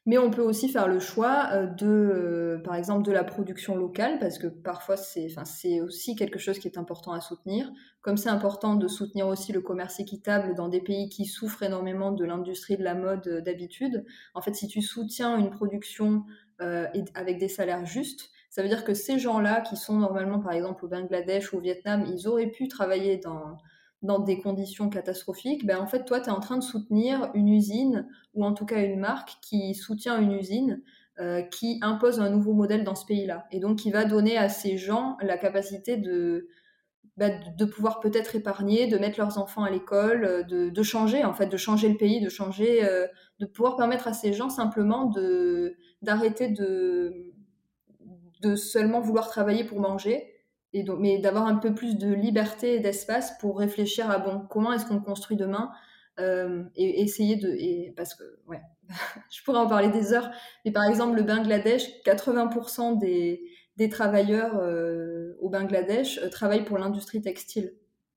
Mais on peut aussi faire le choix euh, de, euh, par exemple, de la production locale, parce que parfois c'est, enfin, c'est aussi quelque chose qui est important à soutenir. Comme c'est important de soutenir aussi le commerce équitable dans des pays qui souffrent énormément de l'industrie de la mode euh, d'habitude. En fait, si tu soutiens une production euh, et, avec des salaires justes, ça veut dire que ces gens-là, qui sont normalement, par exemple, au Bangladesh ou au Vietnam, ils auraient pu travailler dans dans des conditions catastrophiques, ben en fait, toi, tu es en train de soutenir une usine, ou en tout cas une marque qui soutient une usine euh, qui impose un nouveau modèle dans ce pays-là. Et donc, qui va donner à ces gens la capacité de, bah, de pouvoir peut-être épargner, de mettre leurs enfants à l'école, de, de changer, en fait, de changer le pays, de changer, euh, de pouvoir permettre à ces gens simplement de, d'arrêter de, de seulement vouloir travailler pour manger, et donc, mais d'avoir un peu plus de liberté et d'espace pour réfléchir à bon, comment est-ce qu'on construit demain euh, et essayer de. Et, parce que, ouais, je pourrais en parler des heures, mais par exemple, le Bangladesh, quatre-vingts pour cent des, des travailleurs euh, au Bangladesh euh, travaillent pour l'industrie textile.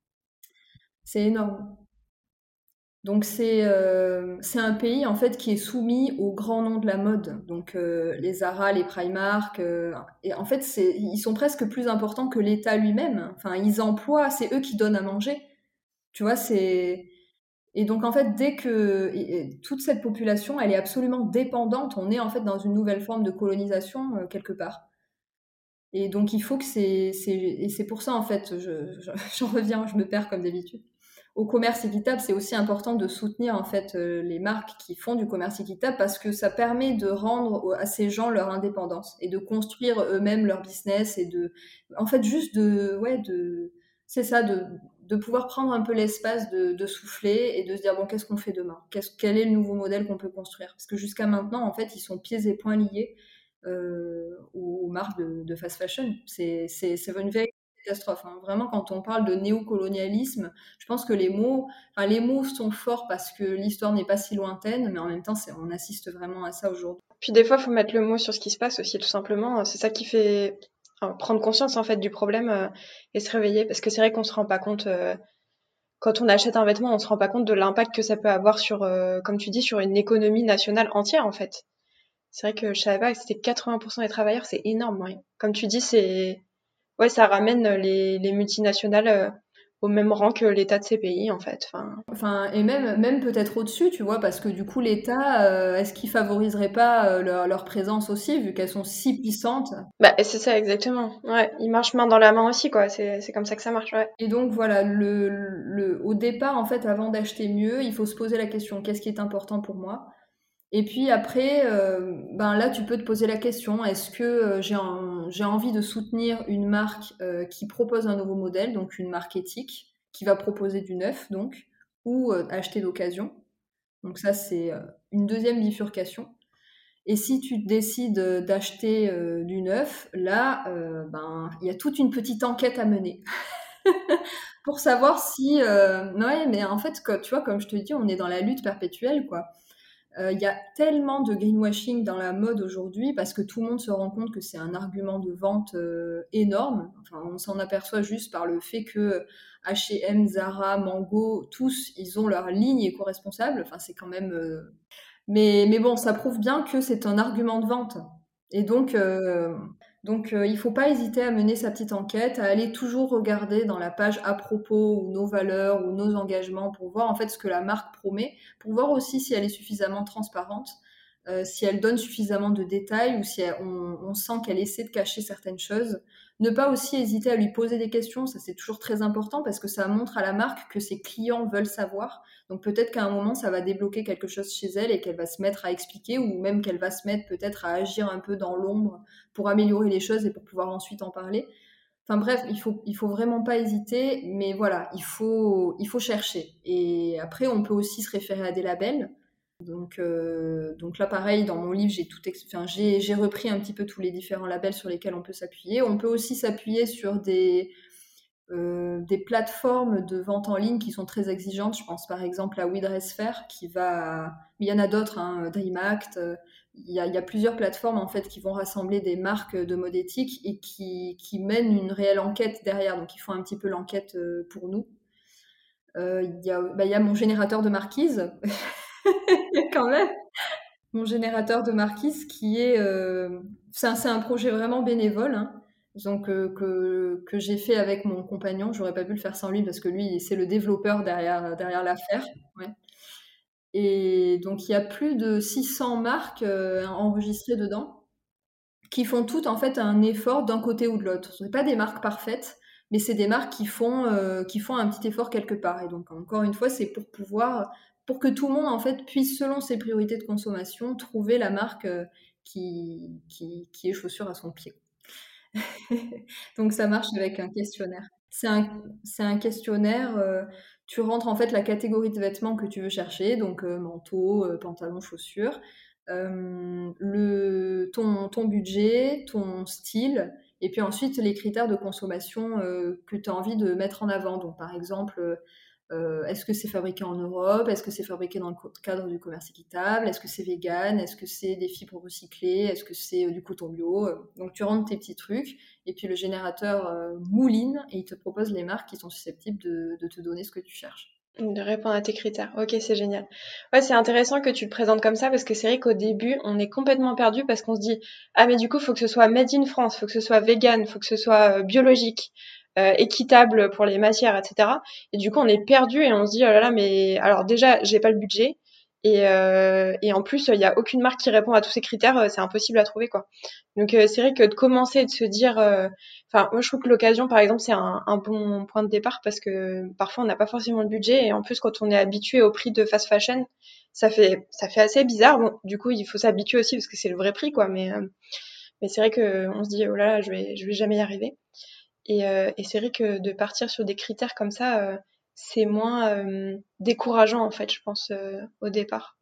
C'est énorme. Donc c'est euh, c'est un pays en fait qui est soumis aux grands noms de la mode, donc euh, les Zara, les Primark, euh, et en fait c'est ils sont presque plus importants que l'État lui-même. Enfin ils emploient, c'est eux qui donnent à manger. Tu vois c'est et donc en fait dès que et, et toute cette population elle est absolument dépendante, on est en fait dans une nouvelle forme de colonisation euh, quelque part. Et donc il faut que c'est c'est et c'est pour ça en fait je je- j'en reviens, je me perds comme d'habitude au commerce équitable, c'est aussi important de soutenir en fait euh, les marques qui font du commerce équitable parce que ça permet de rendre au- à ces gens leur indépendance et de construire eux-mêmes leur business et de, en fait, juste de, ouais, de, c'est ça, de, de pouvoir prendre un peu l'espace de, de souffler et de se dire bon, qu'est-ce qu'on fait demain? Qu'est-ce, quel est le nouveau modèle qu'on peut construire? Parce que jusqu'à maintenant, en fait, ils sont pieds et poings liés euh, aux, aux marques de, de fast fashion. C'est, c'est, c'est une véritable catastrophe, hein. Vraiment, quand on parle de néocolonialisme, je pense que les mots, enfin, les mots sont forts parce que l'histoire n'est pas si lointaine, mais en même temps, c'est, on assiste vraiment à ça aujourd'hui. Puis des fois, faut mettre le mot sur ce qui se passe aussi, tout simplement. C'est ça qui fait enfin, prendre conscience en fait du problème euh, et se réveiller, parce que c'est vrai qu'on se rend pas compte euh, quand on achète un vêtement, on se rend pas compte de l'impact que ça peut avoir sur, euh, comme tu dis, sur une économie nationale entière en fait. C'est vrai que je savais pas que c'était quatre-vingts pour cent des travailleurs, c'est énorme. Ouais. Comme tu dis, c'est ouais, ça ramène les, les multinationales euh, au même rang que l'État de ces pays en fait. Enfin, Enfin, et même, même peut-être au-dessus, tu vois, parce que du coup, l'État, euh, est-ce qu'il favoriserait pas euh, leur, leur présence aussi, vu qu'elles sont si puissantes? bah c'est ça exactement. Ouais, ils marchent main dans la main aussi quoi. C'est c'est comme ça que ça marche. Ouais. Et donc voilà, le, le, au départ, en fait, avant d'acheter mieux, il faut se poser la question, qu'est-ce qui est important pour moi? Et puis après, euh, ben là, tu peux te poser la question, est-ce que euh, j'ai un- j'ai envie de soutenir une marque euh, qui propose un nouveau modèle, donc une marque éthique, qui va proposer du neuf, donc, ou euh, acheter d'occasion. Donc ça, c'est euh, une deuxième bifurcation. Et si tu décides d'acheter euh, du neuf, là, euh, ben, il y a toute une petite enquête à mener pour savoir si... euh, ouais, mais en fait, tu vois, comme je te dis, on est dans la lutte perpétuelle, quoi. Euh, Il y a tellement de greenwashing dans la mode aujourd'hui parce que tout le monde se rend compte que c'est un argument de vente euh, énorme. Enfin, on s'en aperçoit juste par le fait que H et M, Zara, Mango, tous, ils ont leur ligne éco-responsable. Enfin, c'est quand même... euh, Mais, mais bon, ça prouve bien que c'est un argument de vente. Et donc, euh, donc euh, il faut pas hésiter à mener sa petite enquête, à aller toujours regarder dans la page à propos ou nos valeurs ou nos engagements pour voir en fait ce que la marque promet, pour voir aussi si elle est suffisamment transparente, euh, si elle donne suffisamment de détails ou si elle- on, on sent qu'elle essaie de cacher certaines choses. Ne pas aussi hésiter à lui poser des questions, ça c'est toujours très important parce que ça montre à la marque que ses clients veulent savoir. Donc peut-être qu'à un moment, ça va débloquer quelque chose chez elle et qu'elle va se mettre à expliquer ou même qu'elle va se mettre peut-être à agir un peu dans l'ombre pour améliorer les choses et pour pouvoir ensuite en parler. Enfin bref, il faut, il faut vraiment pas hésiter, mais voilà, il faut, il faut chercher. Et après, on peut aussi se référer à des labels. Donc, euh, donc là, pareil, dans mon livre, j'ai tout, ex- enfin, j'ai, j'ai repris un petit peu tous les différents labels sur lesquels on peut s'appuyer. On peut aussi s'appuyer sur des, euh, des plateformes de vente en ligne qui sont très exigeantes. Je pense par exemple à WeDressFair qui va... Mais il y en a d'autres, hein, DreamAct. euh, Il y, a, il y a plusieurs plateformes en fait qui vont rassembler des marques de mode éthique et qui, qui mènent une réelle enquête derrière. Donc ils font un petit peu l'enquête euh, pour nous. Euh, Il y a, bah, il y a mon générateur de marquise quand même. mon générateur de marquise qui est... Euh, c'est un, c'est un projet vraiment bénévole, hein, donc, euh, que, que j'ai fait avec mon compagnon. J'aurais pas pu le faire sans lui parce que lui, c'est le développeur derrière, derrière l'affaire. Ouais. Et donc, il y a plus de six cents marques euh, enregistrées dedans qui font toutes en fait un effort d'un côté ou de l'autre. Ce ne sont pas des marques parfaites, mais c'est des marques qui font, euh, qui font un petit effort quelque part. Et donc, encore une fois, c'est pour pouvoir, pour que tout le monde en fait puisse, selon ses priorités de consommation, trouver la marque euh, qui, qui, qui est chaussure à son pied. Donc, ça marche avec un questionnaire. C'est un, c'est un questionnaire. Euh, tu rentres en fait la catégorie de vêtements que tu veux chercher, donc euh, manteau, euh, pantalon, chaussures, euh, le, ton, ton budget, ton style, et puis ensuite les critères de consommation euh, que tu as envie de mettre en avant. Donc par exemple, euh, est-ce que c'est fabriqué en Europe? Est-ce que c'est fabriqué dans le cadre du commerce équitable? Est-ce que c'est vegan? Est-ce que c'est des fibres recyclées? Est-ce que c'est euh, du coton bio? Donc tu rentres tes petits trucs, et puis le générateur euh, mouline, et il te propose les marques qui sont susceptibles de, de te donner ce que tu cherches. De répondre à tes critères. Ok, c'est génial. Ouais, c'est intéressant que tu le présentes comme ça parce que c'est vrai qu'au début, on est complètement perdu parce qu'on se dit ah mais du coup, faut que ce soit made in France, faut que ce soit vegan, faut que ce soit euh, biologique, euh, équitable pour les matières, et cetera. Et du coup, on est perdu et on se dit oh là là, mais alors déjà, j'ai pas le budget et euh, et en plus, il y a aucune marque qui répond à tous ces critères, euh, c'est impossible à trouver quoi. Donc euh, c'est vrai que de commencer et de se dire euh, Enfin, moi, je trouve que l'occasion, par exemple, c'est un, un bon point de départ parce que parfois, on n'a pas forcément le budget et en plus, quand on est habitué au prix de fast fashion, ça fait, ça fait assez bizarre. Bon, du coup, il faut s'habituer aussi parce que c'est le vrai prix, quoi. Mais, euh, mais c'est vrai que on se dit, oh là là, je vais, je vais jamais y arriver. Et, euh, et c'est vrai que de partir sur des critères comme ça, euh, c'est moins euh, décourageant, en fait, je pense, euh, au départ.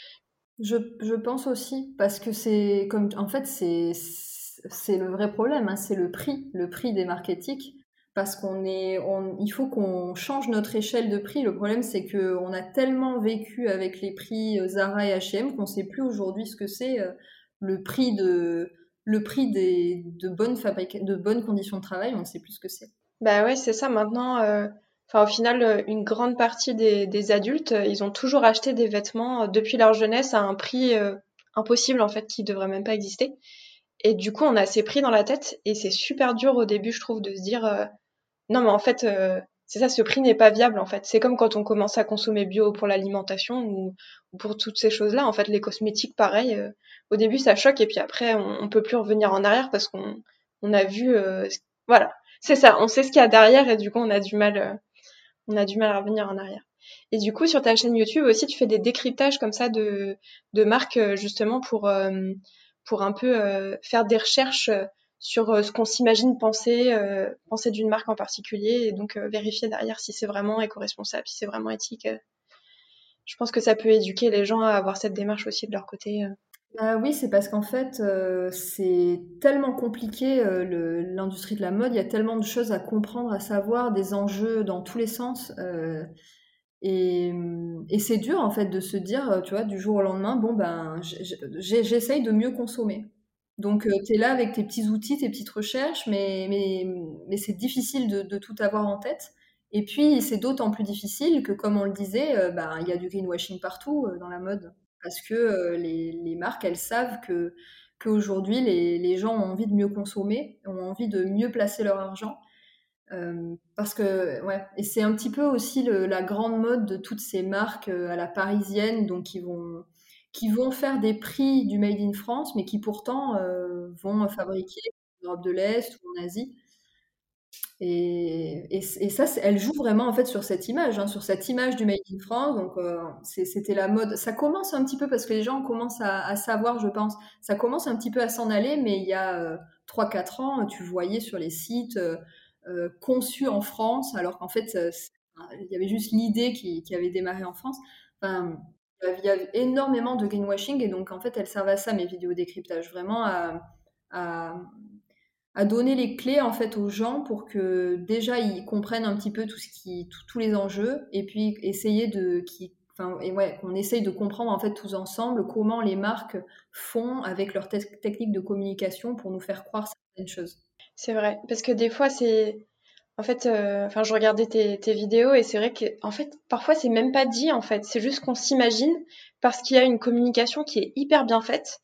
Je, je pense aussi, parce que c'est comme en fait c'est c'est le vrai problème, hein, c'est le prix, le prix des marques éthiques, parce qu'on est, on, il faut qu'on change notre échelle de prix. Le problème c'est que on a tellement vécu avec les prix euh, Zara et H et M qu'on sait plus aujourd'hui ce que c'est euh, le prix de le prix des de bonnes fabrica- de bonnes conditions de travail, on ne sait plus ce que c'est. Bah ouais, c'est ça. Maintenant, euh, enfin, au final, euh, une grande partie des, des adultes, euh, ils ont toujours acheté des vêtements euh, depuis leur jeunesse à un prix euh, impossible, en fait, qui devrait même pas exister. Et du coup, on a ces prix dans la tête et c'est super dur au début, je trouve, de se dire euh, non, mais en fait, euh, c'est ça, ce prix n'est pas viable, en fait. C'est comme quand on commence à consommer bio pour l'alimentation ou, ou pour toutes ces choses-là. En fait, les cosmétiques, pareil. Euh, au début, ça choque et puis après, on, on peut plus revenir en arrière parce qu'on on a vu, euh, ce- voilà, c'est ça. On sait ce qu'il y a derrière et du coup, on a du mal, euh, on a du mal à revenir en arrière. Et du coup, sur ta chaîne YouTube aussi, tu fais des décryptages comme ça de, de marques euh, justement pour, euh, pour un peu euh, faire des recherches euh, sur euh, ce qu'on s'imagine penser, euh, penser d'une marque en particulier et donc euh, vérifier derrière si c'est vraiment éco-responsable, si c'est vraiment éthique. euh. Je pense que ça peut éduquer les gens à avoir cette démarche aussi de leur côté. euh. Ah oui, c'est parce qu'en fait, euh, c'est tellement compliqué, euh, le- l'industrie de la mode, il y a tellement de choses à comprendre, à savoir, des enjeux dans tous les sens. euh, et et c'est dur, en fait, de se dire, euh, tu vois, du jour au lendemain, bon, ben, j- j- j'essaye de mieux consommer. Donc, tu es là avec tes petits outils, tes petites recherches, mais, mais, mais c'est difficile de, de tout avoir en tête. Et puis, c'est d'autant plus difficile que, comme on le disait, euh, ben, il y a du greenwashing partout euh, dans la mode. Parce que euh, les, les marques, elles savent que qu'aujourd'hui, les, les gens ont envie de mieux consommer, ont envie de mieux placer leur argent. Euh, parce que, ouais, et c'est un petit peu aussi le- la grande mode de toutes ces marques euh, à la parisienne, donc qui vont, qui vont faire des prix du Made in France, mais qui pourtant euh, vont fabriquer en Europe de l'Est ou en Asie. Et, et, et ça, c'est- elle joue vraiment en fait sur cette image, hein, sur cette image du Made in France. Donc, euh, c'est- c'était la mode. Ça commence un petit peu parce que les gens commencent à, à savoir, je pense. Ça commence un petit peu à s'en aller, mais il y a euh, trois quatre ans, tu voyais sur les sites euh, euh, conçus en France, alors qu'en fait, euh, c'est- il y avait juste l'idée qui, qui avait démarré en France. Enfin, il y avait il y avait énormément de greenwashing et donc en fait, elles servent à ça, mes vidéos décryptage, vraiment à, à à donner les clés en fait aux gens pour que déjà ils comprennent un petit peu tout ce qui, tout- tous les enjeux et puis essayer de, qui, enfin, et ouais, qu'on essaye de comprendre en fait tous ensemble comment les marques font avec leurs te- techniques de communication pour nous faire croire certaines choses. C'est vrai, parce que des fois, c'est En fait, euh, enfin, je regardais tes, tes vidéos et c'est vrai que, en fait, parfois c'est même pas dit, en fait. C'est juste qu'on s'imagine parce qu'il y a une communication qui est hyper bien faite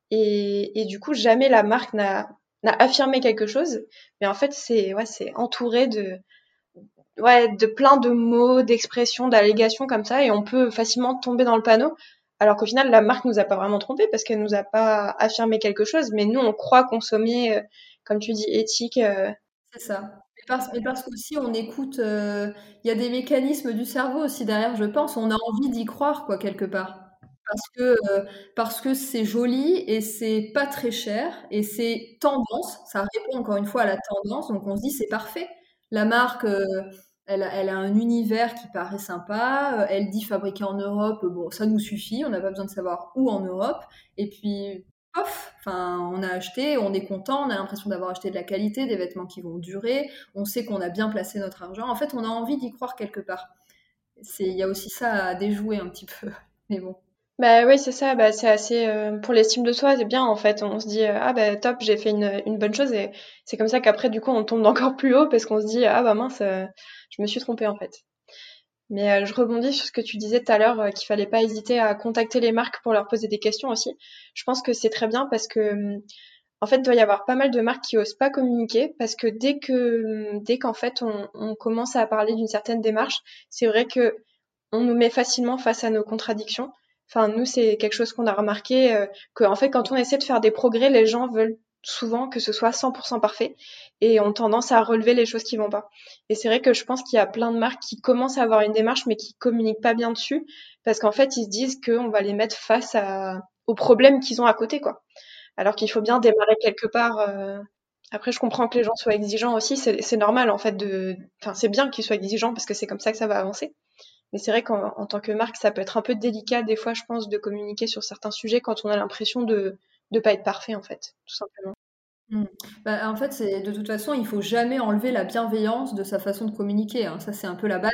et, et du coup, jamais la marque n'a, n'a affirmé quelque chose. Mais en fait, c'est, ouais, c'est entouré de, ouais, de plein de mots, d'expressions, d'allégations comme ça et on peut facilement tomber dans le panneau. Alors qu'au final, la marque nous a pas vraiment trompé parce qu'elle nous a pas affirmé quelque chose, mais nous, on croit consommer, euh, comme tu dis, éthique. euh, C'est ça. Mais parce, mais parce qu'aussi on écoute, euh, il y a des mécanismes du cerveau aussi derrière, je pense. On a envie d'y croire, quoi, quelque part. Parce que euh, parce que c'est joli et c'est pas très cher et c'est tendance. Ça répond encore une fois à la tendance. Donc on se dit c'est parfait. La marque, euh, elle, a- elle a un univers qui paraît sympa. euh, Elle dit fabriqué en Europe. Bon, ça nous suffit. On n'a pas besoin de savoir où en Europe. Et puis pof, enfin, on a acheté, on est content, on a l'impression d'avoir acheté de la qualité, des vêtements qui vont durer, on sait qu'on a bien placé notre argent. En fait, on a envie d'y croire quelque part. C'est, il y a aussi ça à déjouer un petit peu. Mais bon. Bah oui, c'est ça, bah c'est assez euh, pour l'estime de soi, c'est bien en fait. On se dit euh, ah bah top, j'ai fait une, une bonne chose et c'est comme ça qu'après du coup on tombe encore plus haut parce qu'on se dit ah bah mince, euh, je me suis trompée en fait. Mais euh, je rebondis sur ce que tu disais tout à l'heure euh, qu'il fallait pas hésiter à contacter les marques pour leur poser des questions aussi. Je pense que c'est très bien parce que hum, en fait, il doit y avoir pas mal de marques qui osent pas communiquer parce que dès que hum, dès qu'en fait on, on commence à parler d'une certaine démarche, c'est vrai que on nous met facilement face à nos contradictions. Enfin, nous, c'est quelque chose qu'on a remarqué, euh, que en fait, quand on essaie de faire des progrès, les gens veulent souvent que ce soit cent pour cent parfait et ont tendance à relever les choses qui vont pas. Et c'est vrai que je pense qu'il y a plein de marques qui commencent à avoir une démarche mais qui communiquent pas bien dessus parce qu'en fait, ils se disent qu'on va les mettre face à, aux problèmes qu'ils ont à côté, quoi. Alors qu'il faut bien démarrer quelque part. euh, Après, je comprends que les gens soient exigeants aussi, c'est c'est normal en fait de, enfin, c'est bien qu'ils soient exigeants parce que c'est comme ça que ça va avancer. Mais c'est vrai qu'en en tant que marque, ça peut être un peu délicat des fois, je pense, de communiquer sur certains sujets quand on a l'impression de de pas être parfait, en fait, tout simplement. Mm. Bah, en fait, c'est de toute façon, il faut jamais enlever la bienveillance de sa façon de communiquer, hein. Ça, c'est un peu la base.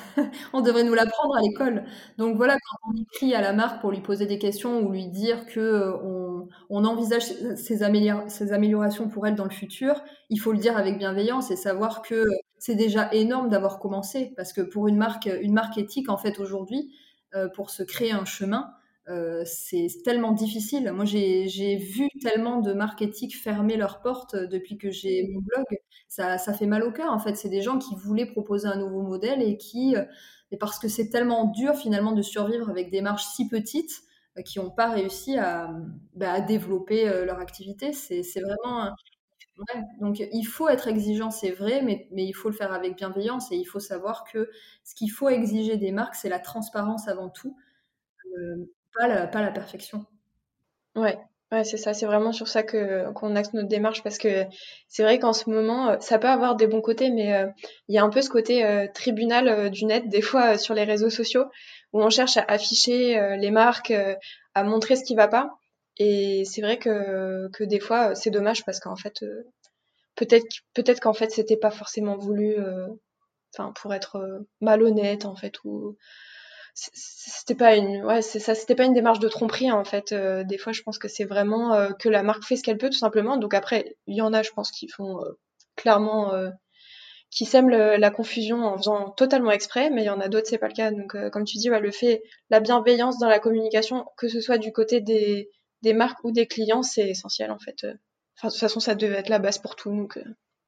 On devrait nous l'apprendre à l'école. Donc voilà, quand on écrit à la marque pour lui poser des questions ou lui dire que euh, on, on envisage ces, amélior- ces améliorations pour elle dans le futur, il faut le dire avec bienveillance et savoir que c'est déjà énorme d'avoir commencé. Parce que pour une marque, une marque éthique, en fait, aujourd'hui, euh, pour se créer un chemin, euh, c'est tellement difficile. Moi, j'ai j'ai vu tellement de marques éthiques fermer leurs portes euh, depuis que j'ai mon blog. Ça, ça fait mal au cœur, en fait. C'est des gens qui voulaient proposer un nouveau modèle et qui, euh, et parce que c'est tellement dur finalement de survivre avec des marges si petites, euh, qui n'ont pas réussi à, bah, à développer euh, leur activité. C'est c'est vraiment... un- ouais. Donc, il faut être exigeant, c'est vrai, mais, mais il faut le faire avec bienveillance et il faut savoir que ce qu'il faut exiger des marques, c'est la transparence avant tout, euh, pas la, pas la perfection. Ouais, ouais, c'est ça, c'est vraiment sur ça que qu'on axe notre démarche parce que c'est vrai qu'en ce moment, euh, ça peut avoir des bons côtés, mais euh, il y a un peu ce côté euh, tribunal euh, du net, des fois euh, sur les réseaux sociaux, où on cherche à afficher euh, les marques, euh, à montrer ce qui va pas. Et c'est vrai que, que des fois, euh, c'est dommage parce qu'en fait, euh, peut-être peut-être qu'en fait, c'était pas forcément voulu, euh, enfin, pour être euh, malhonnête, en fait, ou c- c'était pas une ouais c'est ça c'était pas une démarche de tromperie hein, en fait. Euh, des fois je pense que c'est vraiment euh, que la marque fait ce qu'elle peut tout simplement, donc après il y en a je pense qui font euh, clairement euh, qui sèment le- la confusion en faisant totalement exprès, mais il y en a d'autres c'est pas le cas, donc euh, comme tu dis ouais, le fait la bienveillance dans la communication que ce soit du côté des des marques ou des clients c'est essentiel en fait. Euh. Enfin de toute façon ça devait être la base pour tout, donc euh.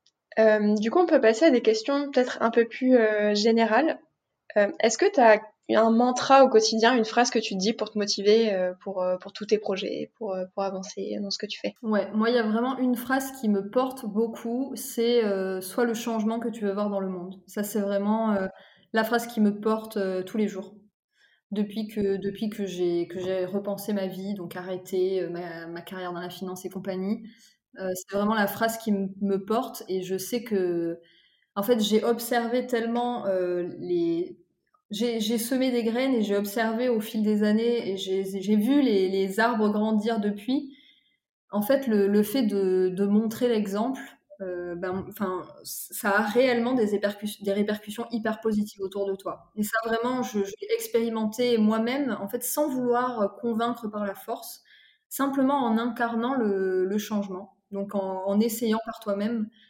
Euh, du coup on peut passer à des questions peut-être un peu plus euh, générales. Euh, est-ce que tu as un mantra au quotidien, une phrase que tu te dis pour te motiver euh, pour, euh, pour tous tes projets, pour, euh, pour avancer dans ce que tu fais? Ouais, moi, il y a vraiment une phrase qui me porte beaucoup, c'est euh, sois le changement que tu veux voir dans le monde. Ça, c'est vraiment euh, la phrase qui me porte euh, tous les jours. Depuis que, depuis que j'ai que j'ai repensé ma vie, donc arrêté euh, ma, ma carrière dans la finance et compagnie, euh, c'est vraiment la phrase qui m- me porte et je sais que, en fait, j'ai observé tellement euh, les... J'ai j'ai semé des graines et j'ai observé au fil des années et j'ai j'ai vu les, les arbres grandir depuis. En fait, le, le fait de, de montrer l'exemple, euh, ben, enfin, ça a réellement des, répercussions, des répercussions hyper positives autour de toi. Et ça, vraiment, je, je l'ai expérimenté moi-même, en fait, sans vouloir convaincre par la force, simplement en incarnant le, le changement. Donc, en, en essayant par toi-même.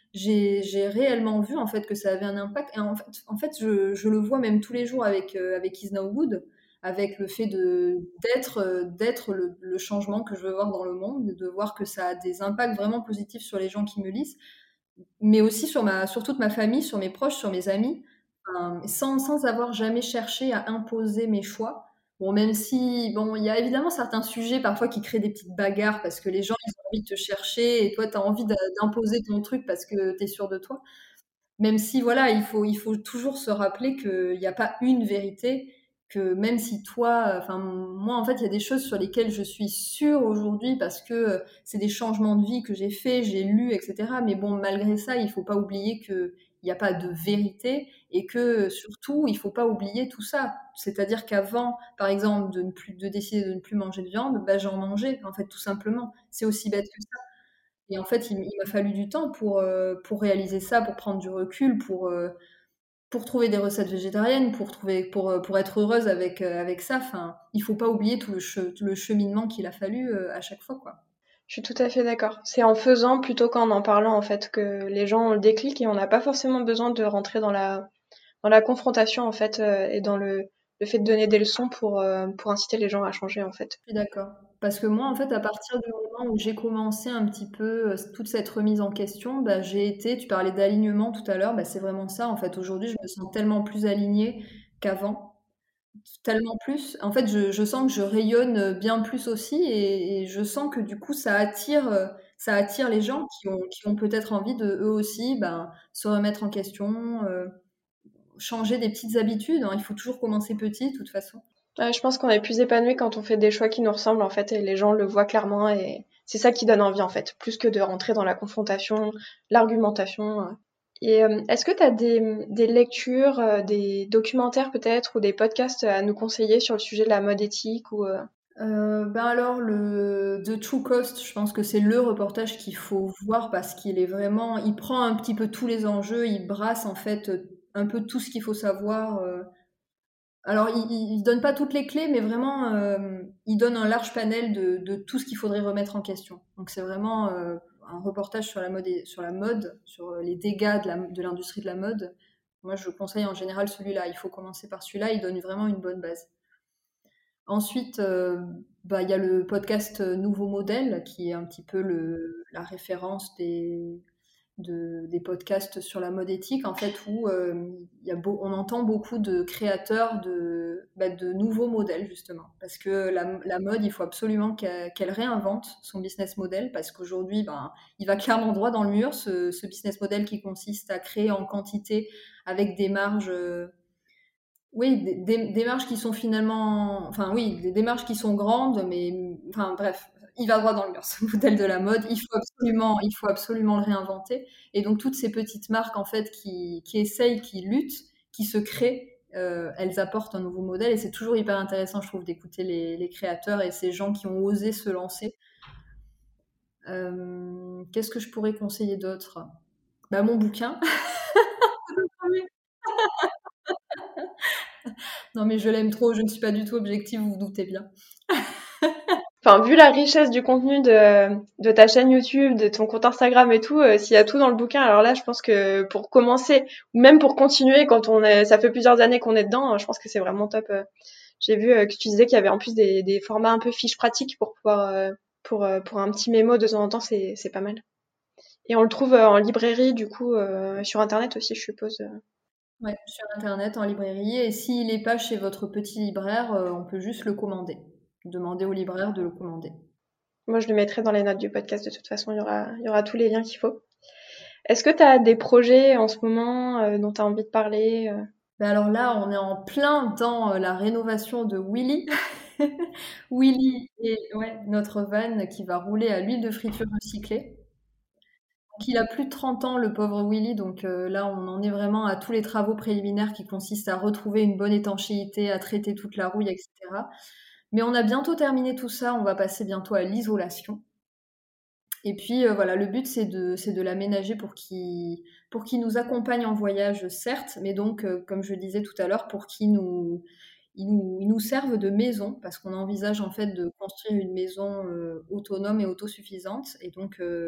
j'ai, j'ai réellement vu en fait que ça avait un impact. Et en fait, en fait je, je le vois même tous les jours avec, euh, avec Is Now Good, avec le fait de, d'être, euh, d'être le, le changement que je veux voir dans le monde, de voir que ça a des impacts vraiment positifs sur les gens qui me lisent, mais aussi sur, ma, sur toute ma famille, sur mes proches, sur mes amis, enfin, sans, sans avoir jamais cherché à imposer mes choix. Bon, même si, bon, il y a évidemment certains sujets parfois qui créent des petites bagarres parce que les gens, ils ont envie de te chercher et toi, tu as envie d'a- d'imposer ton truc parce que tu es sûr de toi. Même si, voilà, il faut, il faut toujours se rappeler qu'il n'y a pas une vérité, que même si toi, enfin, moi, en fait, il y a des choses sur lesquelles je suis sûre aujourd'hui parce que euh, c'est des changements de vie que j'ai faits, j'ai lu, et cetera. Mais bon, malgré ça, il faut pas oublier qu'il n'y a pas de vérité et que surtout, il faut pas oublier tout ça. C'est-à-dire qu'avant, par exemple, de ne plus, de décider de ne plus manger de viande, bah, j'en mangeais, en fait, tout simplement. C'est aussi bête que ça. Et en fait, il, il m'a fallu du temps pour, euh, pour réaliser ça, pour prendre du recul, pour, euh, pour trouver des recettes végétariennes, pour, trouver, pour, euh, pour être heureuse avec, euh, avec ça. Enfin, il faut pas oublier tout le, che- tout le cheminement qu'il a fallu euh, à chaque fois, quoi. Je suis tout à fait d'accord. C'est en faisant plutôt qu'en en parlant en fait que les gens ont le déclic et on n'a pas forcément besoin de rentrer dans la dans la confrontation en fait euh, et dans le le fait de donner des leçons pour euh, pour inciter les gens à changer en fait. Je suis d'accord. Parce que moi, en fait, à partir du moment où j'ai commencé un petit peu euh, toute cette remise en question, bah, j'ai été, tu parlais d'alignement tout à l'heure, bah, c'est vraiment ça. En fait, aujourd'hui, je me sens tellement plus alignée qu'avant. Tellement plus. En fait, je, je sens que je rayonne bien plus aussi et, et je sens que du coup, ça attire, euh, ça attire les gens qui ont, qui ont peut-être envie de eux aussi ben, se remettre en question, euh, changer des petites habitudes, hein. Il faut toujours commencer petit, de toute façon. Ouais, je pense qu'on est plus épanoui quand on fait des choix qui nous ressemblent en fait et les gens le voient clairement et c'est ça qui donne envie en fait, plus que de rentrer dans la confrontation, l'argumentation. euh. Et euh, est-ce que tu as des, des lectures, euh, des documentaires peut-être ou des podcasts à nous conseiller sur le sujet de la mode éthique ou euh, Euh, ben alors, le The True Cost, je pense que c'est le reportage qu'il faut voir parce qu'il est vraiment, il prend un petit peu tous les enjeux, il brasse en fait un peu tout ce qu'il faut savoir. euh, Alors, il, il donne pas toutes les clés, mais vraiment, euh, il donne un large panel de, de tout ce qu'il faudrait remettre en question. Donc, c'est vraiment euh, un reportage sur la mode, et, sur la mode, sur les dégâts de, la, de l'industrie de la mode. Moi, je conseille en général celui-là. Il faut commencer par celui-là. Il donne vraiment une bonne base. Ensuite, euh, bah, il y a le podcast Nouveau Modèle, qui est un petit peu le, la référence des, de, des podcasts sur la mode éthique, en fait, où euh, il y a beau, on entend beaucoup de créateurs de, bah, de nouveaux modèles, justement. Parce que la, la mode, il faut absolument qu'elle, qu'elle réinvente son business model, parce qu'aujourd'hui, ben, il va clairement droit dans le mur, ce, ce business model qui consiste à créer en quantité avec des marges... euh, oui, des, des, des marges qui sont finalement, enfin oui, des démarches qui sont grandes, mais enfin bref, il va droit dans le mur, ce modèle de la mode. Il faut absolument, il faut absolument le réinventer. Et donc toutes ces petites marques en fait qui, qui essayent, qui luttent, qui se créent, euh, elles apportent un nouveau modèle. Et c'est toujours hyper intéressant, je trouve, d'écouter les, les créateurs et ces gens qui ont osé se lancer. Euh, qu'est-ce que je pourrais conseiller d'autre? Bah mon bouquin. Non mais je l'aime trop, je ne suis pas du tout objective, vous vous doutez bien. Enfin, vu la richesse du contenu de, de ta chaîne YouTube, de ton compte Instagram et tout, euh, s'il y a tout dans le bouquin, alors là, je pense que pour commencer, ou même pour continuer, quand on est, ça fait plusieurs années qu'on est dedans, euh, je pense que c'est vraiment top. euh. J'ai vu euh, que tu disais qu'il y avait en plus des, des formats un peu fiches pratiques pour pouvoir, euh, pour, euh, pour un petit mémo de temps en temps, c'est, c'est pas mal. Et on le trouve euh, en librairie, du coup, euh, sur Internet aussi, je suppose. euh. Ouais, sur internet, en librairie. Et s'il n'est pas chez votre petit libraire, euh, on peut juste le commander. Demander au libraire de le commander. Moi, je le mettrai dans les notes du podcast, de toute façon, il y aura, il y aura tous les liens qu'il faut. Est-ce que tu as des projets en ce moment euh, dont tu as envie de parler euh Ben alors là, on est en plein dans euh, la rénovation de Willy. Willy est ouais, notre van qui va rouler à l'huile de friture recyclée. Donc, il a plus de trente ans, le pauvre Willy. Donc euh, là, on en est vraiment à tous les travaux préliminaires qui consistent à retrouver une bonne étanchéité, à traiter toute la rouille, et cetera. Mais on a bientôt terminé tout ça. On va passer bientôt à l'isolation. Et puis euh, voilà, le but c'est de, c'est de l'aménager pour qu'il pour qu'il nous accompagne en voyage, certes, mais donc, euh, comme je disais tout à l'heure, pour qu'il nous, il nous, il nous serve de maison, parce qu'on envisage en fait de construire une maison euh, autonome et autosuffisante. Et donc, euh,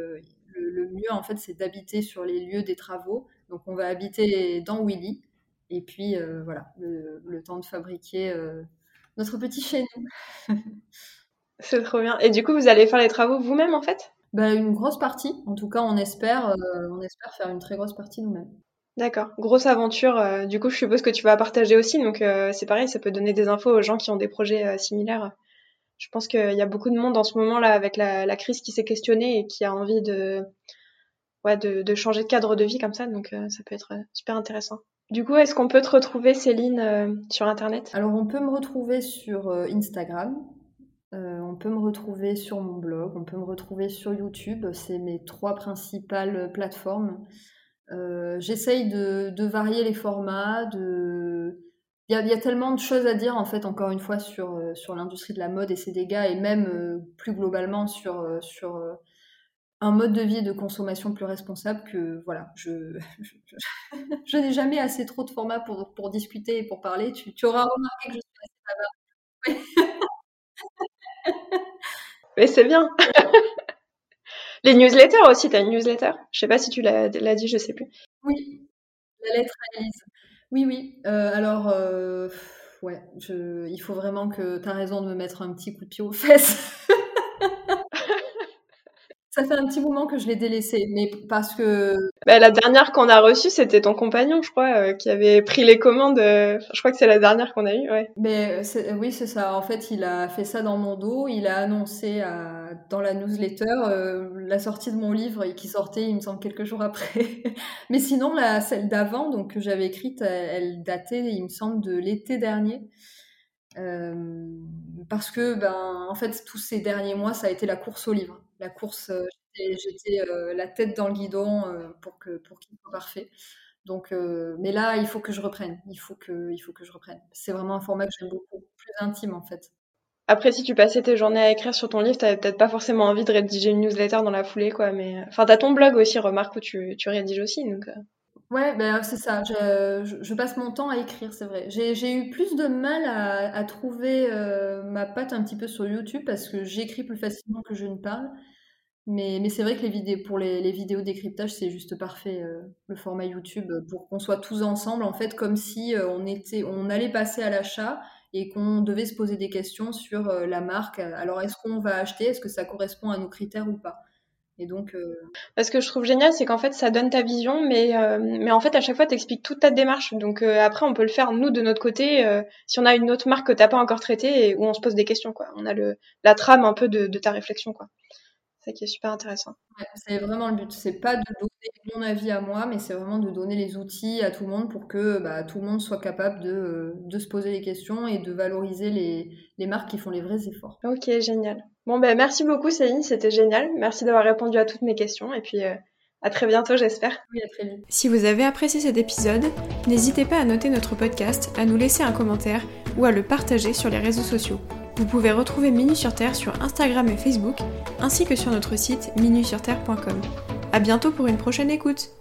le, le mieux, en fait, c'est d'habiter sur les lieux des travaux. Donc, on va habiter dans Willy. Et puis, euh, voilà, le, le temps de fabriquer euh, notre petit chez nous. C'est trop bien. Et du coup, vous allez faire les travaux vous-même, en fait? Bah, une grosse partie. En tout cas, on espère, euh, on espère faire une très grosse partie nous-mêmes. D'accord. Grosse aventure. euh, du coup, je suppose que tu vas partager aussi. Donc, euh, c'est pareil, ça peut donner des infos aux gens qui ont des projets euh, similaires. Je pense qu'il y a beaucoup de monde en ce moment-là avec la, la crise qui s'est questionnée et qui a envie de, ouais, de, de changer de cadre de vie comme ça. Donc, euh, ça peut être euh, super intéressant. Du coup, est-ce qu'on peut te retrouver, Céline, euh, sur Internet? Alors, on peut me retrouver sur euh, Instagram. Euh, on peut me retrouver sur mon blog, on peut me retrouver sur YouTube, c'est mes trois principales plateformes. Euh, j'essaye de, de varier les formats, de... Il y a, il y a tellement de choses à dire en fait, encore une fois, sur, euh, sur l'industrie de la mode et ses dégâts, et même euh, plus globalement sur, euh, sur euh, un mode de vie et de consommation plus responsable que voilà, je, je, je, je n'ai jamais assez trop de formats pour, pour discuter et pour parler. Tu, tu auras remarqué que je suis assez bavarde. Mais c'est bien. Les newsletters aussi, t'as une newsletter? Je sais pas si tu l'as, l'as dit, je sais plus. Oui, la lettre à Élise. Oui, oui. Euh, alors, euh, ouais, je, il faut vraiment que tu as raison de me mettre un petit coup de pied aux fesses. Ça fait un petit moment que je l'ai délaissé, mais parce que... Bah, la dernière qu'on a reçue, c'était ton compagnon, je crois, euh, qui avait pris les commandes. euh, Je crois que c'est la dernière qu'on a eue, ouais. Mais c'est- oui, c'est ça. En fait, il a fait ça dans mon dos. Il a annoncé à- dans la newsletter euh, la sortie de mon livre et qui sortait, il me semble, quelques jours après. Mais sinon, la, celle d'avant, donc que j'avais écrite, elle, elle datait, il me semble, de l'été dernier. Euh, parce que, ben, en fait, tous ces derniers mois, ça a été la course au livre. La course, euh, j'étais, j'étais, euh, la tête dans le guidon euh, pour que, pour qu'il soit parfait. Donc, euh, mais là, il faut que je reprenne. Il faut que, il faut que je reprenne. C'est vraiment un format que j'aime beaucoup, plus intime en fait. Après, si tu passais tes journées à écrire sur ton livre, t'avais peut-être pas forcément envie de rédiger une newsletter dans la foulée, quoi. Mais enfin, t'as ton blog aussi, remarque, où tu, tu rédiges aussi, donc. euh. Ouais, ben c'est ça. Je, je- je passe mon temps à écrire, c'est vrai. J'ai, j'ai eu plus de mal à, à trouver euh, ma patte un petit peu sur YouTube parce que j'écris plus facilement que je ne parle. Mais, mais c'est vrai que les vidéos, pour les, les vidéos décryptage, c'est juste parfait, euh, le format YouTube, euh, pour qu'on soit tous ensemble, en fait, comme si euh, on était, on allait passer à l'achat et qu'on devait se poser des questions sur euh, la marque. Alors, est-ce qu'on va acheter? Est-ce que ça correspond à nos critères ou pas? Et donc, euh, Ce que je trouve génial, c'est qu'en fait, ça donne ta vision, mais euh, mais en fait, à chaque fois, t'expliques toute ta démarche. Donc euh, après, on peut le faire nous de notre côté, euh, si on a une autre marque que t'as pas encore traitée et où on se pose des questions, quoi. On a le la trame un peu de, de ta réflexion, quoi. C'est ça qui est super intéressant. ouais, c'est vraiment le but. C'est pas de donner mon avis à moi, mais c'est vraiment de donner les outils à tout le monde pour que bah, tout le monde soit capable de, euh, de se poser les questions et de valoriser les, les marques qui font les vrais efforts. Ok, génial. Bon, ben merci beaucoup, Céline, c'était génial. Merci d'avoir répondu à toutes mes questions et puis euh, à très bientôt, j'espère. Oui, à très vite. Si vous avez apprécié cet épisode, n'hésitez pas à noter notre podcast, à nous laisser un commentaire ou à le partager sur les réseaux sociaux. Vous pouvez retrouver Minuit sur Terre sur Instagram et Facebook, ainsi que sur notre site minuit sur terre point com. À bientôt pour une prochaine écoute.